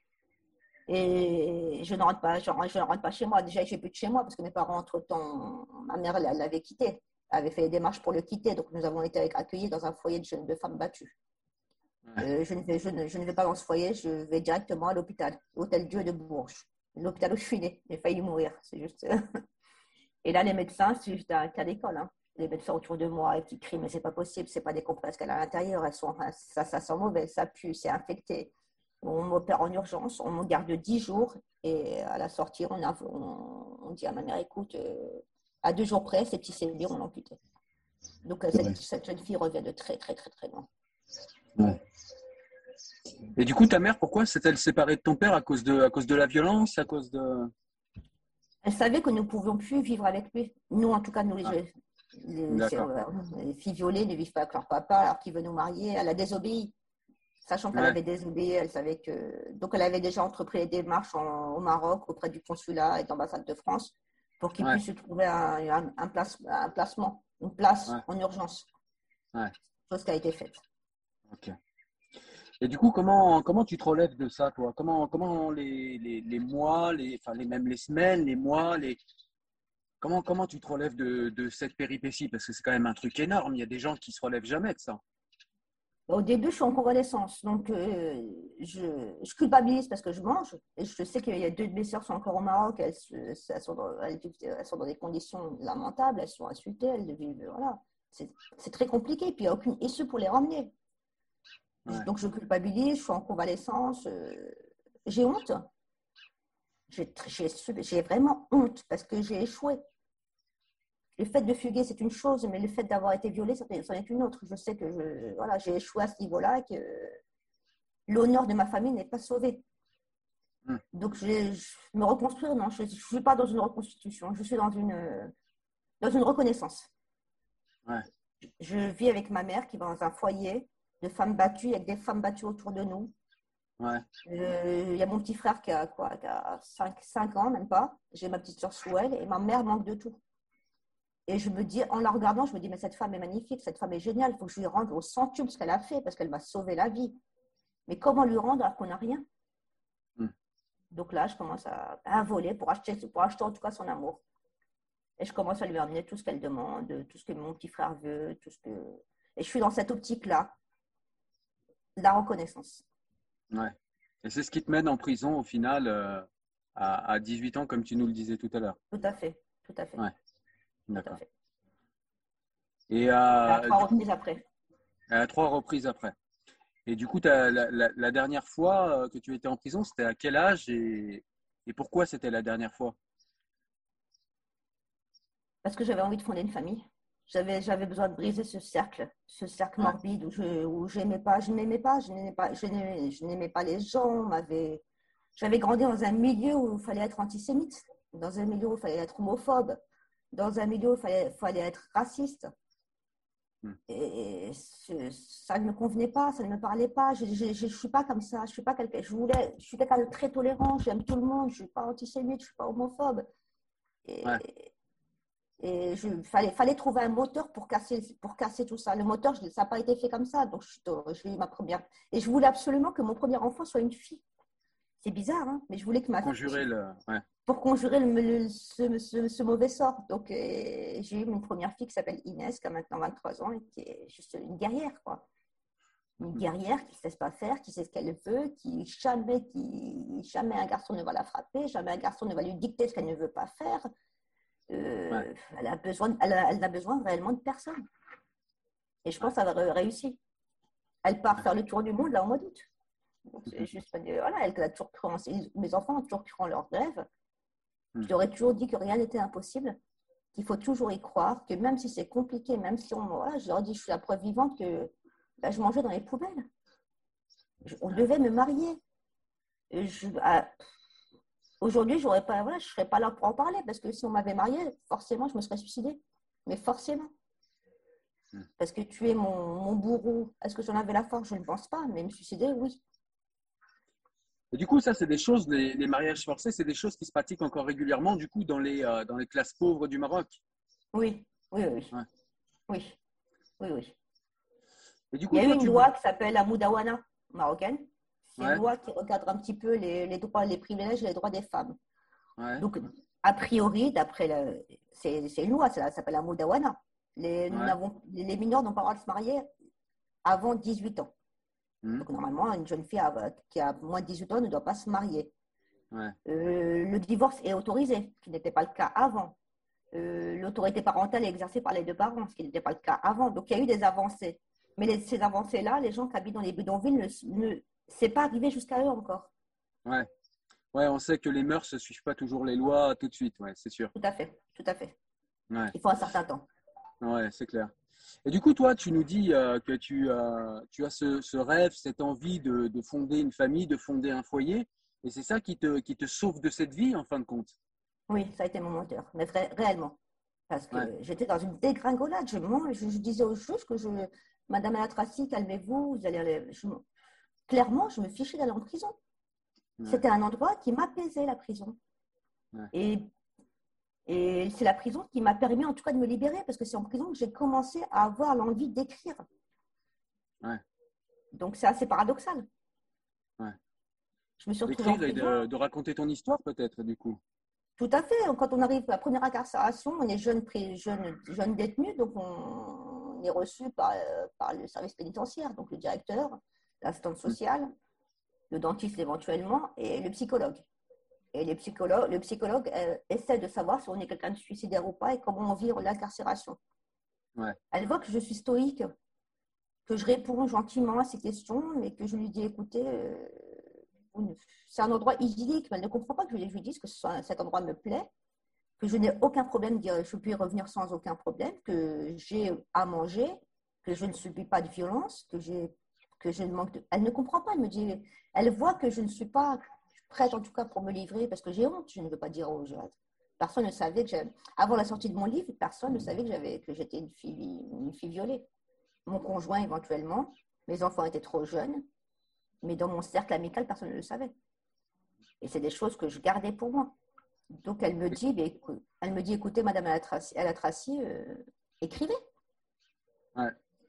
Et je ne rentre pas, je ne rentre pas chez moi. Déjà, je n'ai plus de chez moi parce que mes parents, entre-temps, ma mère l'avait quitté, avait fait les démarches pour le quitter. Donc, nous avons été accueillis dans un foyer de femmes battues. Ouais. Je ne vais pas dans ce foyer, je vais directement à l'hôpital, l'hôtel Dieu de Bourges, l'hôpital où je suis née. J'ai failli mourir, c'est juste. Et là, les médecins, c'est juste un cas d'école. Hein. Les médecins autour de moi qui crient, mais c'est pas possible, c'est pas des compresses qu'elle a à l'intérieur, ça sent mauvais, ça pue, c'est infecté. On m'opère en urgence, on me garde 10 jours et à la sortie, on dit à ma mère, écoute, à 2 jours près, ces petits cellules, on l'a amputé. Donc, Ouais. cette jeune fille revient de très, très, très, très loin. Ouais. Et du coup, ta mère, pourquoi s'est-elle séparée de ton père à cause de la violence, à cause de... Elle savait que nous ne pouvions plus vivre avec lui. Nous, en tout cas, nous, Ah, les, d'accord. les filles violées ne vivent pas avec leur papa alors qu'il veut nous marier. Elle a désobéi, sachant qu'elle Ouais. avait désobéi. Elle savait que... Donc, elle avait déjà entrepris les démarches au Maroc auprès du consulat et de l'ambassade de France pour qu'il Ouais. puisse se trouver un placement, une place Ouais. en urgence. Ouais. Chose qui a été faite. Ok. Et du coup, comment tu te relèves de ça, toi? Comment les mois, même les semaines, les mois, comment tu te relèves de cette péripétie? Parce que c'est quand même un truc énorme. Il y a des gens qui se relèvent jamais de ça. Au début, je suis en convalescence, donc je culpabilise parce que je mange. Et je sais qu'il y a 2 de mes sœurs qui sont encore au Maroc, elles sont dans des conditions lamentables, elles sont insultées, elles vivent, voilà. C'est très compliqué, puis il n'y a aucune issue pour les ramener. Ouais. Donc, je culpabilise, je suis en convalescence. J'ai honte. J'ai vraiment honte parce que j'ai échoué. Le fait de fuguer, c'est une chose, mais le fait d'avoir été violée, c'en est une autre. Je sais que voilà, j'ai échoué à ce niveau-là et que l'honneur de ma famille n'est pas sauvé. Hmm. Donc, me reconstruire, non, je ne suis pas dans une reconstitution, je suis dans une reconnaissance. Ouais. Je vis avec ma mère qui va dans un foyer de femmes battues, avec des femmes battues autour de nous. Ouais. Il y a mon petit frère qui a 5 ans, même pas. J'ai ma petite soeur sous elle et ma mère manque de tout. Et je me dis, en la regardant, je me dis, mais cette femme est magnifique, cette femme est géniale, il faut que je lui rende au centuple ce qu'elle a fait parce qu'elle m'a sauvé la vie. Mais comment lui rendre alors qu'on n'a rien? Hmm. Donc là, je commence à voler pour acheter en tout cas son amour. Et je commence à lui amener tout ce qu'elle demande, tout ce que mon petit frère veut, Et je suis dans cette optique-là, la reconnaissance. Ouais. Et c'est ce qui te mène en prison au final à 18 ans, comme tu nous le disais tout à l'heure. Tout à fait, tout à fait, Ouais. tout à D'accord. fait. Et À trois du coup, reprises après. à 3 reprises après. Et du coup, la dernière fois que tu étais en prison, c'était à quel âge et pourquoi c'était la dernière fois? Parce que j'avais envie de fonder une famille. J'avais besoin de briser ce cercle Ouais. morbide où je n'aimais pas, je n'aimais pas les gens. J'avais grandi dans un milieu où il fallait être antisémite, dans un milieu où il fallait être homophobe, dans un milieu où il fallait être raciste. Hmm. Et ça ne me convenait pas, ça ne me parlait pas. Je ne suis pas comme ça. Je suis pas quelqu'un. Je suis quelqu'un de très tolérant. J'aime tout le monde. Je ne suis pas antisémite. Je ne suis pas homophobe. Ouais. Et fallait trouver un moteur pour casser tout ça. Le moteur, ça n'a pas été fait comme ça. Donc, j'ai eu ma première. Et je voulais absolument que mon premier enfant soit une fille. C'est bizarre, hein, mais je voulais que Pour conjurer le. Ouais. pour conjurer ce mauvais sort. Donc, j'ai eu une première fille qui s'appelle Inès, qui a maintenant 23 ans et qui est juste une guerrière, quoi. Une guerrière qui ne se laisse pas faire, qui sait ce qu'elle veut, jamais un garçon ne va la frapper, jamais un garçon ne va lui dicter ce qu'elle ne veut pas faire. Ouais. Elle n'a besoin réellement de personne. Et je pense qu'elle a réussi. Elle part faire le tour du monde là au mois d'août. Donc c'est juste, voilà, elle a toujours cru mes enfants ont toujours cru en leurs rêves. Je leur ai toujours dit que rien n'était impossible, qu'il faut toujours y croire, que même si c'est compliqué, même si voilà, je leur ai dit, je suis la preuve vivante que je mangeais dans les poubelles. On devait me marier. Aujourd'hui, je ne serais pas là pour en parler parce que si on m'avait mariée, forcément, je me serais suicidée. Mais forcément. Parce que tuer mon bourreau, est-ce que j'en avais la force? Je ne pense pas, mais me suicider, oui. Et du coup, ça, c'est des choses, les mariages forcés, c'est des choses qui se pratiquent encore régulièrement, du coup, dans les classes pauvres du Maroc. Oui, oui, oui. Ouais. Oui, oui, oui. Et du Il coup, y a eu toi, une loi qui s'appelle la Moudawana marocaine. C'est une Ouais, loi qui recadre un petit peu les droits, les privilèges et les droits des femmes. ouais, Donc, a priori, c'est une loi, ça s'appelle la Moudawana. ouais. Les mineurs n'ont pas le droit de se marier avant 18 ans. Mhm. Donc, normalement, une jeune fille qui a moins de 18 ans ne doit pas se marier. Ouais, Le divorce est autorisé, ce qui n'était pas le cas avant. L'autorité parentale est exercée par les deux parents, ce qui n'était pas le cas avant. Donc, il y a eu des avancées. Mais ces avancées-là, les gens qui habitent dans les bidonvilles, c'est pas arrivé jusqu'à eux encore. ouais. Ouais, on sait que les mœurs ne suivent pas toujours les lois tout de suite, ouais, c'est sûr. Tout à fait, tout à fait. Ouais, Il faut un certain temps. ouais, c'est clair. Et du coup, toi, tu nous dis que tu as ce rêve, cette envie de fonder une famille, de fonder un foyer, et c'est ça qui te sauve de cette vie, en fin de compte. Oui, ça a été mon moteur, mais réellement. Parce que Ouais, j'étais dans une dégringolade. Je disais aux juges que Madame Alatrassi, calmez-vous, vous allez clairement, je me fichais d'aller en prison. ouais, C'était un endroit qui m'apaisait, la prison. ouais, Et, et c'est la prison qui m'a permis, en tout cas, de me libérer, parce que c'est en prison que j'ai commencé à avoir l'envie d'écrire. ouais, Donc, c'est assez paradoxal. ouais. Je me suis retrouvée en D'écrire et prison. de raconter ton histoire, peut-être, du coup. Tout à fait. Quand on arrive à la première incarcération, on est jeune détenu, donc on est reçu par le service pénitentiaire, donc le directeur, l'assistante Mm. sociale, le dentiste éventuellement et le psychologue. Et le psychologue essaie de savoir si on est quelqu'un de suicidaire ou pas et comment on vit l'incarcération. Ouais, Elle voit que je suis stoïque. que je réponds gentiment à ses questions, mais que je lui dis, écoutez, c'est un endroit idyllique, mais elle ne comprend pas que je lui dise que cet endroit me plaît, que je n'ai aucun problème, je peux y revenir sans aucun problème, que j'ai à manger, que je ne subis pas de violence, que je ne manque de... Elle ne comprend pas, elle me dit, elle voit que je ne suis pas prête en tout cas pour me livrer parce que j'ai honte, je ne veux pas dire aux gens. Personne ne savait que avant la sortie de mon livre, personne ne savait que j'étais une fille violée. Mon conjoint éventuellement, mes enfants étaient trop jeunes, mais dans mon cercle amical, personne ne le savait. Et c'est des choses que je gardais pour moi. Donc elle me dit, écoutez, Madame Alatracy, écrivez. Ouais.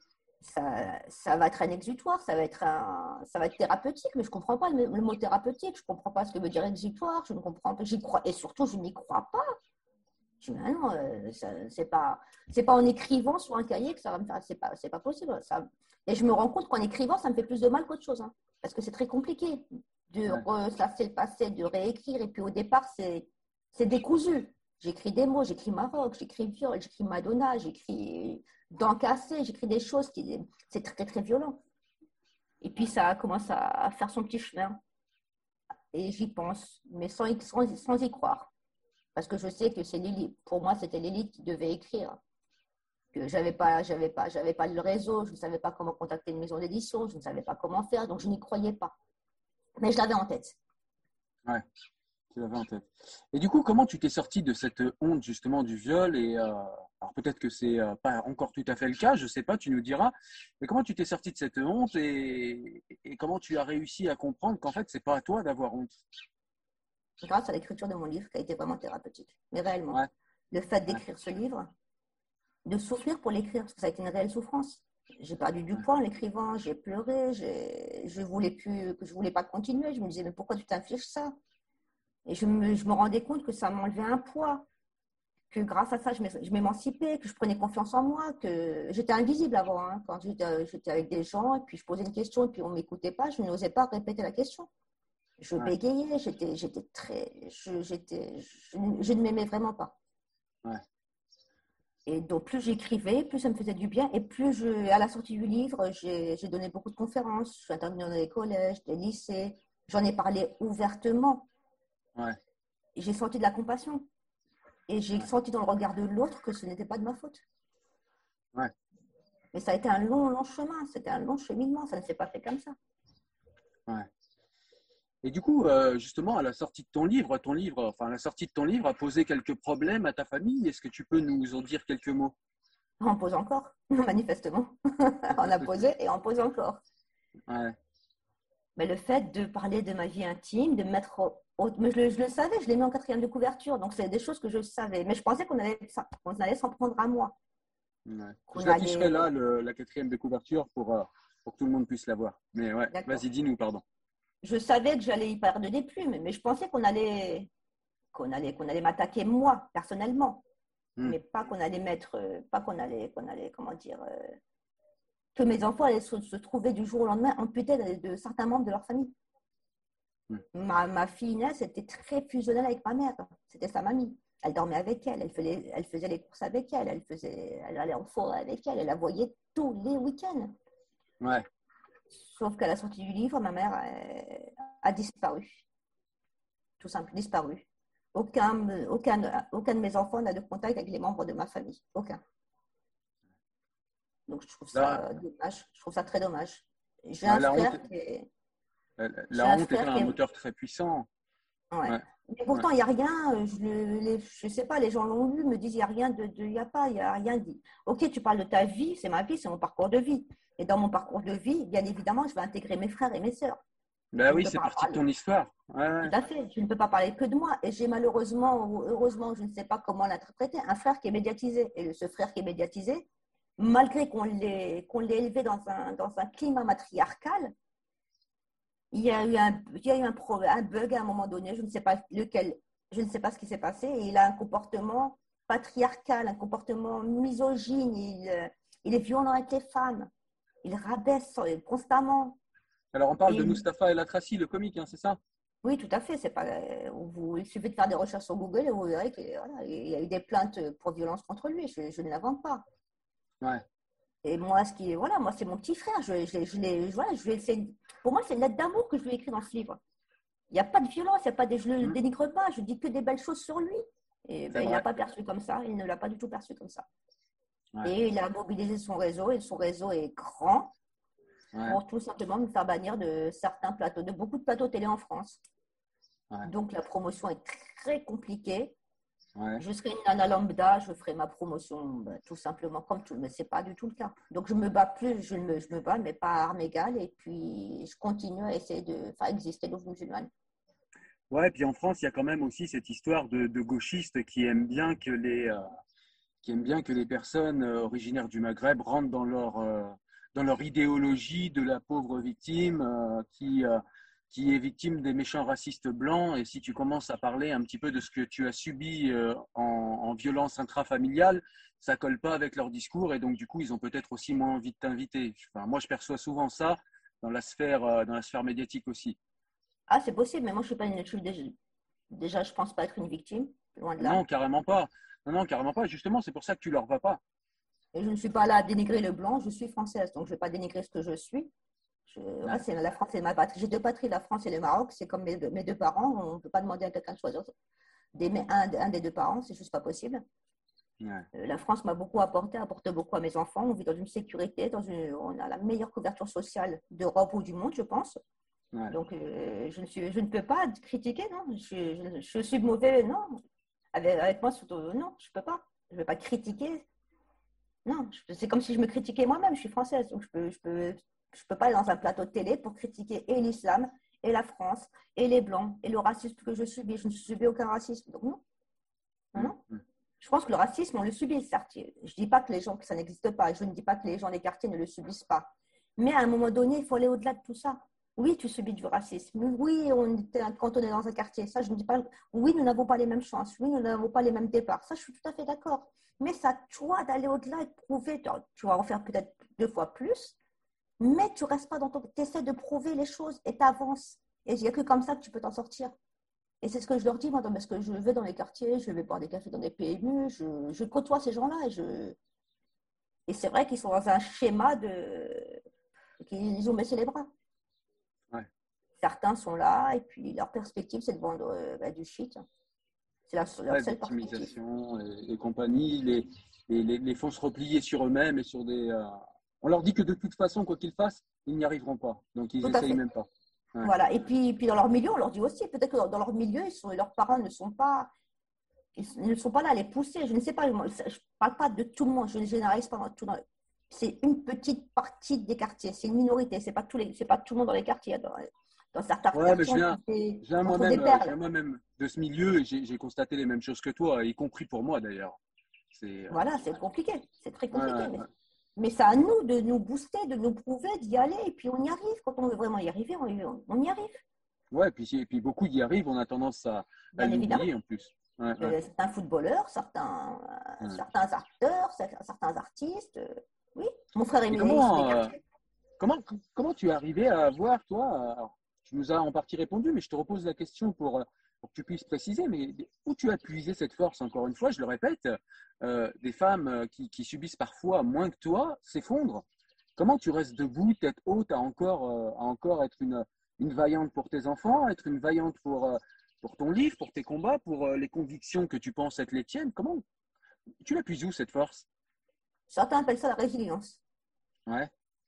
Ça va être un exutoire, ça va être thérapeutique, mais je ne comprends pas le mot thérapeutique, je ne comprends pas ce que veut dire exutoire, je ne comprends pas, j'y crois, et surtout je n'y crois pas. Je dis, non, c'est pas en écrivant sur un cahier que ça va me faire, c'est pas possible. Et je me rends compte qu'en écrivant, ça me fait plus de mal qu'autre chose, hein, parce que c'est très compliqué de ressasser le passé, de réécrire, et puis au départ, c'est décousu. J'écris des mots, j'écris Maroc, j'écris viol, j'écris Madonna, j'écris dents cassées, j'écris des choses c'est très, très violent. Et puis ça commence à faire son petit chemin. Et j'y pense, mais sans y croire. Parce que je sais que c'est Lily. Pour moi, c'était Lily qui devait écrire. Que j'avais pas le réseau, je ne savais pas comment contacter une maison d'édition, je ne savais pas comment faire, donc je n'y croyais pas. Mais je l'avais en tête. Ouais, tu l'avais en tête. Et du coup, comment tu t'es sortie de cette honte justement du viol alors peut-être que c'est pas encore tout à fait le cas, je sais pas, tu nous diras. Mais comment tu t'es sortie de cette honte et comment tu as réussi à comprendre qu'en fait, c'est pas à toi d'avoir honte? Grâce à l'écriture de mon livre qui a été vraiment thérapeutique. Mais réellement, Ouais, le fait ouais, d'écrire ce livre, de souffrir pour l'écrire, parce que ça a été une réelle souffrance. J'ai perdu du ouais, poids en l'écrivant, j'ai pleuré, je voulais pas continuer. Je me disais, mais pourquoi tu t'infliges ça? Et je me rendais compte que ça m'enlevait un poids, que grâce à ça, je m'émancipais, que je prenais confiance en moi, que j'étais invisible avant. Hein, quand j'étais avec des gens, et puis je posais une question, et puis on ne m'écoutait pas, je n'osais pas répéter la question. Je ouais, bégayais, j'étais très... je ne m'aimais vraiment pas. ouais, Et donc, plus j'écrivais, plus ça me faisait du bien. Et plus, à la sortie du livre, j'ai donné beaucoup de conférences. Je suis intervenue dans les collèges, des lycées. J'en ai parlé ouvertement. ouais, Et j'ai senti de la compassion. Et j'ai ouais, senti dans le regard de l'autre que ce n'était pas de ma faute. ouais, Mais ça a été un long, long chemin. C'était un long cheminement. Ça ne s'est pas fait comme ça. ouais. Et du coup, justement, à la sortie de enfin, la sortie de ton livre a posé quelques problèmes à ta famille. Est-ce que tu peux nous en dire quelques mots? On pose encore, manifestement. On a posé et on pose encore. Ouais, Mais le fait de parler de ma vie intime, de mettre mais je le savais, je l'ai mis en quatrième de couverture, donc c'est des choses que je savais. Mais je pensais qu'on allait s'en prendre à moi. ouais. Je Qu'on l'afficherai allait... là, la quatrième de couverture pour que tout le monde puisse la voir. Mais ouais, D'accord. vas-y, dis-nous, pardon. Je savais que j'allais y perdre des plumes, mais je pensais qu'on allait m'attaquer moi, personnellement. Hmm, Mais pas qu'on allait mettre... Pas comment dire... que mes enfants allaient se trouver du jour au lendemain amputés de certains membres de leur famille. hmm. Ma fille Inès était très fusionnelle avec ma mère. C'était sa mamie. Elle dormait avec elle, elle faisait les courses avec elle, elle allait en forêt avec elle, elle la voyait tous les week-ends. Ouais, Sauf qu'à la sortie du livre, ma mère a disparu. Tout simple, disparu. Aucun de mes enfants n'a de contact avec les membres de ma famille. Aucun. Donc je trouve là, ça dommage. Je trouve ça très dommage. J'ai ouais, un frère qui est, j'ai la un honte est frère qui un est, moteur très puissant. ouais. Ouais, Mais ouais, pourtant, il n'y a rien, je sais pas, les gens l'ont lu, me disent, il n'y a rien il y a rien dit. Ok, tu parles de ta vie, c'est ma vie, c'est mon parcours de vie. Et dans mon parcours de vie, bien évidemment, je vais intégrer mes frères et mes sœurs. bah Je ne oui, peux c'est pas partie de parler, ton histoire. Ouais, tout ouais, à fait, je ne peux pas parler que de moi. Et j'ai malheureusement, ou heureusement, je ne sais pas comment l'interpréter, un frère qui est médiatisé. Et ce frère qui est médiatisé, malgré qu'on l'ait élevé dans un climat matriarcal, il y a eu un bug à un moment donné, je ne sais pas lequel, je ne sais pas ce qui s'est passé, et il a un comportement patriarcal, un comportement misogyne, il est violent avec les femmes, il rabaisse constamment. alors, on parle de Et Mustapha El Atrassi, le comique, hein, c'est ça? oui, tout à fait, c'est pas, il suffit de faire des recherches sur Google et vous verrez qu'il y a eu des plaintes pour violence contre lui, je ne l'invente pas. Ouais. Et moi, voilà, moi, c'est mon petit frère. Voilà, pour moi, c'est une lettre d'amour que je lui ai écrite dans ce livre. Il n'y a pas de violence, je ne le dénigre pas, je dis que des belles choses sur lui. Et ben, il ne l'a pas perçu comme ça, il ne l'a pas du tout perçu comme ça. Ouais. Et il a mobilisé son réseau, et son réseau est grand pour tout simplement me faire bannir de certains plateaux, de beaucoup de plateaux télé en France. Ouais. Donc la promotion est très compliquée. Ouais. Je serai une nana lambda, je ferai ma promotion tout simplement comme tout, mais ce n'est pas du tout le cas. Donc je me bats plus, je me bats, mais pas à armes égales, et puis je continue à essayer de faire exister Louve musulmane. Ouais, puis en France, il y a quand même aussi cette histoire de gauchistes qui aiment bien que les personnes originaires du Maghreb rentrent dans leur idéologie de la pauvre victime qui est victime des méchants racistes blancs. Et si tu commences à parler un petit peu de ce que tu as subi en violence intrafamiliale, ça colle pas avec leur discours, et donc du coup, ils ont peut-être aussi moins envie de t'inviter. Enfin, moi, je perçois souvent ça dans la sphère médiatique aussi. Ah, c'est possible, mais moi, je suis pas déjà, je pense pas être une victime, loin de là. Non, carrément pas. Non, carrément pas. Justement, c'est pour ça que tu leur vas pas. Et je ne suis pas là à dénigrer le blanc, je suis française, donc je ne vais pas dénigrer ce que je suis. C'est la France, c'est ma patrie. J'ai deux patries, la France et le Maroc. C'est comme mes deux parents. On ne peut pas demander à quelqu'un de choisir un des deux parents, c'est juste pas possible. Ouais. La France m'a beaucoup apporté, apporte beaucoup à mes enfants. On vit dans une sécurité, on a la meilleure couverture sociale d'Europe ou du monde, je pense. Ouais. Donc, je ne peux pas critiquer, non. Je suis mauvais, non. Avec moi, non, je ne peux pas. Je ne vais pas critiquer. Non, c'est comme si je me critiquais moi-même. Je suis française, donc je peux pas aller dans un plateau de télé pour critiquer et l'islam, et la France, et les Blancs, et le racisme que je subis. Je ne subis aucun racisme. Donc, non. Non. Je pense que le racisme, on le subit, certes. Je ne dis pas que ça n'existe pas. Je ne dis pas que les gens des quartiers ne le subissent pas. Mais à un moment donné, il faut aller au-delà de tout ça. Oui, tu subis du racisme. Oui, quand on est dans un quartier, ça, je ne dis pas. Oui, nous n'avons pas les mêmes chances. Oui, nous n'avons pas les mêmes départs. Ça, je suis tout à fait d'accord. Mais c'est à toi d'aller au-delà et de prouver. Tu vas en faire peut-être 2 fois plus, mais tu ne restes pas dans ton. Tu essaies de prouver les choses et tu avances. Et il n'y a que comme ça que tu peux t'en sortir. Et c'est ce que je leur dis, moi, parce que je vais dans les quartiers, je vais boire des cafés dans des PMU, je côtoie ces gens-là. Et c'est vrai qu'ils sont dans un schéma qu'ils ont baissé les bras. Ouais. Certains sont là, et puis leur perspective, c'est de vendre du shit. C'est leur seule perspective. Et compagnie, les font se replier sur eux-mêmes et sur des. On leur dit que de toute façon, quoi qu'ils fassent, ils n'y arriveront pas. Donc ils n'essayent même pas. Ouais. Voilà. Et puis dans leur milieu, on leur dit aussi, peut-être que dans leur milieu, leurs parents ne sont pas là à les pousser. Je ne sais pas, je ne parle pas de tout le monde, je ne généralise pas dans tout. C'est une petite partie des quartiers, c'est une minorité, c'est pas tout le monde dans les quartiers. Dans certains quartiers, mais je viens moi-même de ce milieu, et j'ai constaté les mêmes choses que toi, y compris pour moi d'ailleurs. Voilà, c'est compliqué, c'est très compliqué. Mais c'est à nous de nous booster, de nous prouver, d'y aller, et puis on y arrive. Quand on veut vraiment y arriver, on y arrive. Ouais, et puis beaucoup y arrivent, on a tendance à l'oublier en plus. Certains footballeurs, certains acteurs, certains artistes. Oui, mon frère Émilie. Comment tu es arrivé à avoir, toi, alors, tu nous as en partie répondu, mais je te repose la question pour que tu puisses préciser, mais où tu as puisé cette force, encore une fois, je le répète, des femmes qui subissent parfois moins que toi s'effondrent. Comment tu restes debout, tête haute, à encore être une vaillante pour tes enfants, être une vaillante pour ton livre, pour tes combats, pour les convictions que tu penses être les tiennes? Comment tu l'as puisé où, cette force? Certains appellent ça la résilience. Ouais.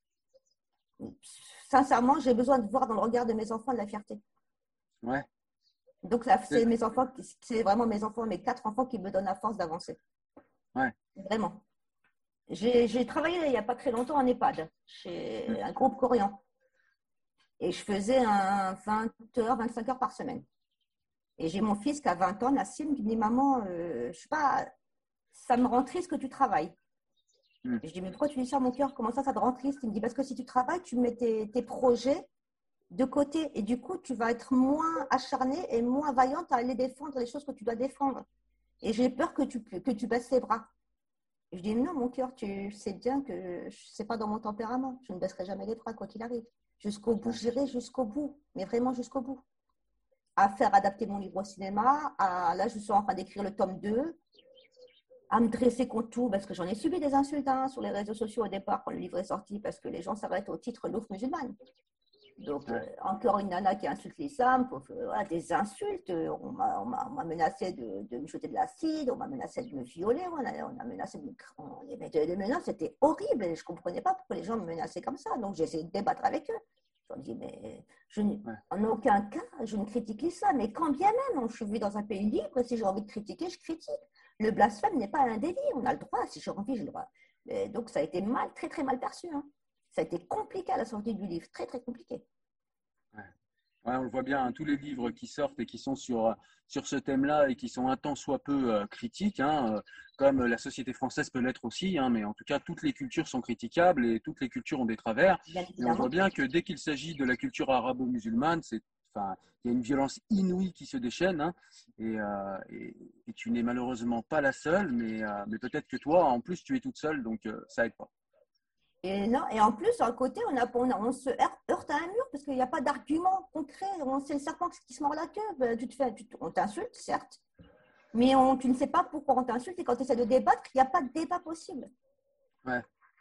Sincèrement, j'ai besoin de voir dans le regard de mes enfants de la fierté. Ouais. Donc, c'est mes enfants, c'est vraiment mes enfants, mes 4 enfants qui me donnent la force d'avancer. Ouais. Vraiment. J'ai travaillé il n'y a pas très longtemps en EHPAD, chez un groupe coréen. Et je faisais 20 heures, 25 heures par semaine. Et j'ai mon fils qui a 20 ans, Nassim, qui me dit, maman, je sais pas, ça me rend triste que tu travailles. Je dis, mais pourquoi tu dis ça, mon cœur? Comment ça te rend triste? Il me dit, parce que si tu travailles, tu mets tes projets de côté. Et du coup, tu vas être moins acharnée et moins vaillante à aller défendre les choses que tu dois défendre. Et j'ai peur que tu baisses les bras. Et je dis, non, mon cœur, tu sais bien que ce n'est pas dans mon tempérament. Je ne baisserai jamais les bras, quoi qu'il arrive. Jusqu'au bout, j'irai jusqu'au bout. Mais vraiment jusqu'au bout. À faire adapter mon livre au cinéma. Là, je suis en train d'écrire le tome 2. à me dresser contre tout, parce que j'en ai subi des insultes hein, sur les réseaux sociaux au départ quand le livre est sorti, parce que les gens s'arrêtent au titre Louve musulmane. Donc, Ouais. encore une nana qui insulte l'islam, voilà, des insultes. On m'a menacé de me jeter de l'acide, on m'a menacé de me violer, on a menacé de me. Les menaces, c'était horrible et je ne comprenais pas pourquoi les gens me menaçaient comme ça. Donc, j'ai essayé de débattre avec eux. Je leur dis, mais Ouais. en aucun cas, je ne critique l'islam. Mais quand bien même, je vis dans un pays libre, et si j'ai envie de critiquer, je critique. Le blasphème n'est pas un délit, on a le droit, si j'ai envie, j'ai le droit. Et donc, ça a été très, très mal perçu. Hein. Ça a été compliqué à la sortie du livre, très, très compliqué. Ouais. Ouais, on le voit bien, hein, tous les livres qui sortent et qui sont sur ce thème-là et qui sont un tant soit peu critiques, hein, comme la société française peut l'être aussi, hein, mais en tout cas, toutes les cultures sont critiquables et toutes les cultures ont des travers. Bien Et on voit évidemment. bien que dès qu'il s'agit de la culture arabo-musulmane, enfin, il y a une violence inouïe qui se déchaîne, hein, et tu n'es malheureusement pas la seule, mais peut-être que toi, en plus, tu es toute seule, donc ça aide pas. Et, non, et en plus, à côté, on se heurte à un mur parce qu'il n'y a pas d'argument concret. C'est le serpent qui se mord la queue. Ben, on t'insulte, certes, mais tu ne sais pas pourquoi on t'insulte. Et quand tu essaies de débattre, il n'y a pas de débat possible. Ouais,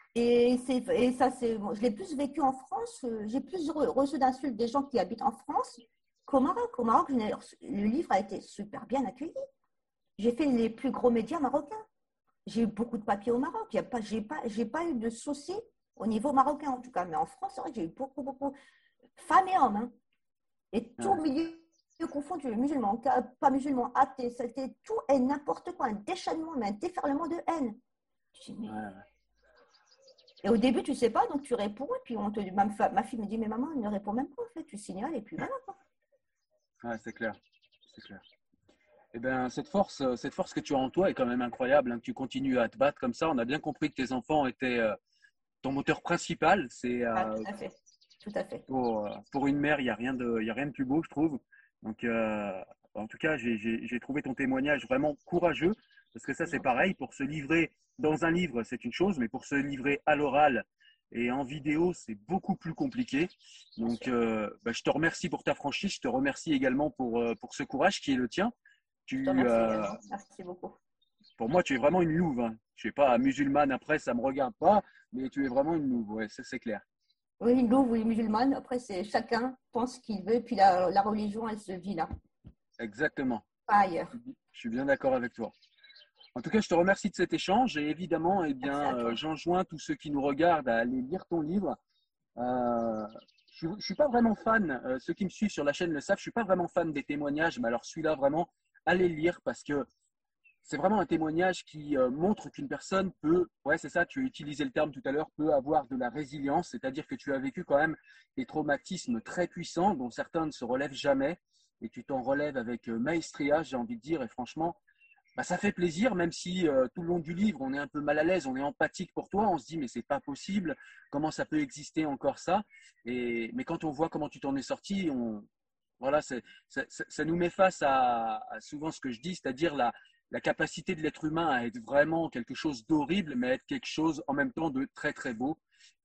Et ça, je l'ai plus vécu en France. J'ai plus reçu d'insultes des gens qui habitent en France qu'au Maroc. Au Maroc, le livre a été super bien accueilli. J'ai fait les plus gros médias marocains. J'ai eu beaucoup de papiers au Maroc. J'ai pas eu de soucis au niveau marocain, en tout cas. Mais en France, c'est vrai que j'ai eu beaucoup, beaucoup, femmes et hommes. Hein. Et tout ouais, milieu confondu, musulmans, pas musulmans, athées, c'était tout et n'importe quoi. Un déchaînement, mais un déferlement de haine. Je dis, mais... ouais. Et au début, tu ne sais pas, donc tu réponds. Et puis, ma fille me dit, mais maman, elle ne répond même pas, en fait. Tu signales et puis voilà. Quoi. Ouais, c'est clair, c'est clair. Eh ben, cette force que tu as en toi est quand même incroyable, hein, que tu continues à te battre comme ça. On a bien compris que tes enfants étaient ton moteur principal. C'est Ah, tout à fait. Tout à fait. pour une mère, il y a rien de plus beau, je trouve. Donc, en tout cas, j'ai trouvé ton témoignage vraiment courageux, parce que ça, C'est c'est gentil. pareil. Pour se livrer dans un livre, c'est une chose, mais pour se livrer à l'oral et en vidéo, c'est beaucoup plus compliqué. Bien Donc, sûr. bah, je te remercie pour ta franchise. Je te remercie également pour ce courage qui est le tien. Je te Tu, remercie euh, également. Merci beaucoup. pour moi, tu es vraiment une louve, hein. Je ne sais pas, musulmane après, ça ne me regarde pas, mais tu es vraiment une louve, ouais, ça c'est clair. Oui, louve, oui, musulmane. Après, c'est chacun pense ce qu'il veut. Puis la religion, elle se vit là, Exactement. pas ailleurs. Je suis bien d'accord avec toi. En tout cas, je te remercie de cet échange et évidemment, eh Merci à bien, toi. j'enjoins tous ceux qui nous regardent à aller lire ton livre. Euh, je ne suis pas vraiment fan, ceux qui me suivent sur la chaîne le savent, je ne suis pas vraiment fan des témoignages, mais alors celui-là, vraiment, allez le lire parce que c'est vraiment un témoignage qui montre qu'une personne peut, ouais, c'est ça, tu as utilisé le terme tout à l'heure, peut avoir de la résilience, c'est-à-dire que tu as vécu quand même des traumatismes très puissants dont certains ne se relèvent jamais et tu t'en relèves avec maestria, j'ai envie de dire, et franchement, bah, ça fait plaisir, même si tout le long du livre, on est un peu mal à l'aise, on est empathique pour toi, on se dit mais c'est pas possible, comment ça peut exister encore ça mais quand on voit comment tu t'en es sorti, voilà, ça nous met face à souvent ce que je dis, c'est-à-dire la capacité de l'être humain à être vraiment quelque chose d'horrible, mais à être quelque chose en même temps de très très beau.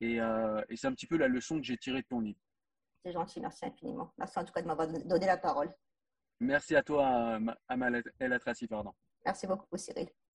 Et c'est un petit peu la leçon que j'ai tirée de ton livre. C'est gentil, merci infiniment. Merci en tout cas de m'avoir donné la parole. Merci à toi, Amal El Atrassi, pardon. Merci beaucoup, Cyril.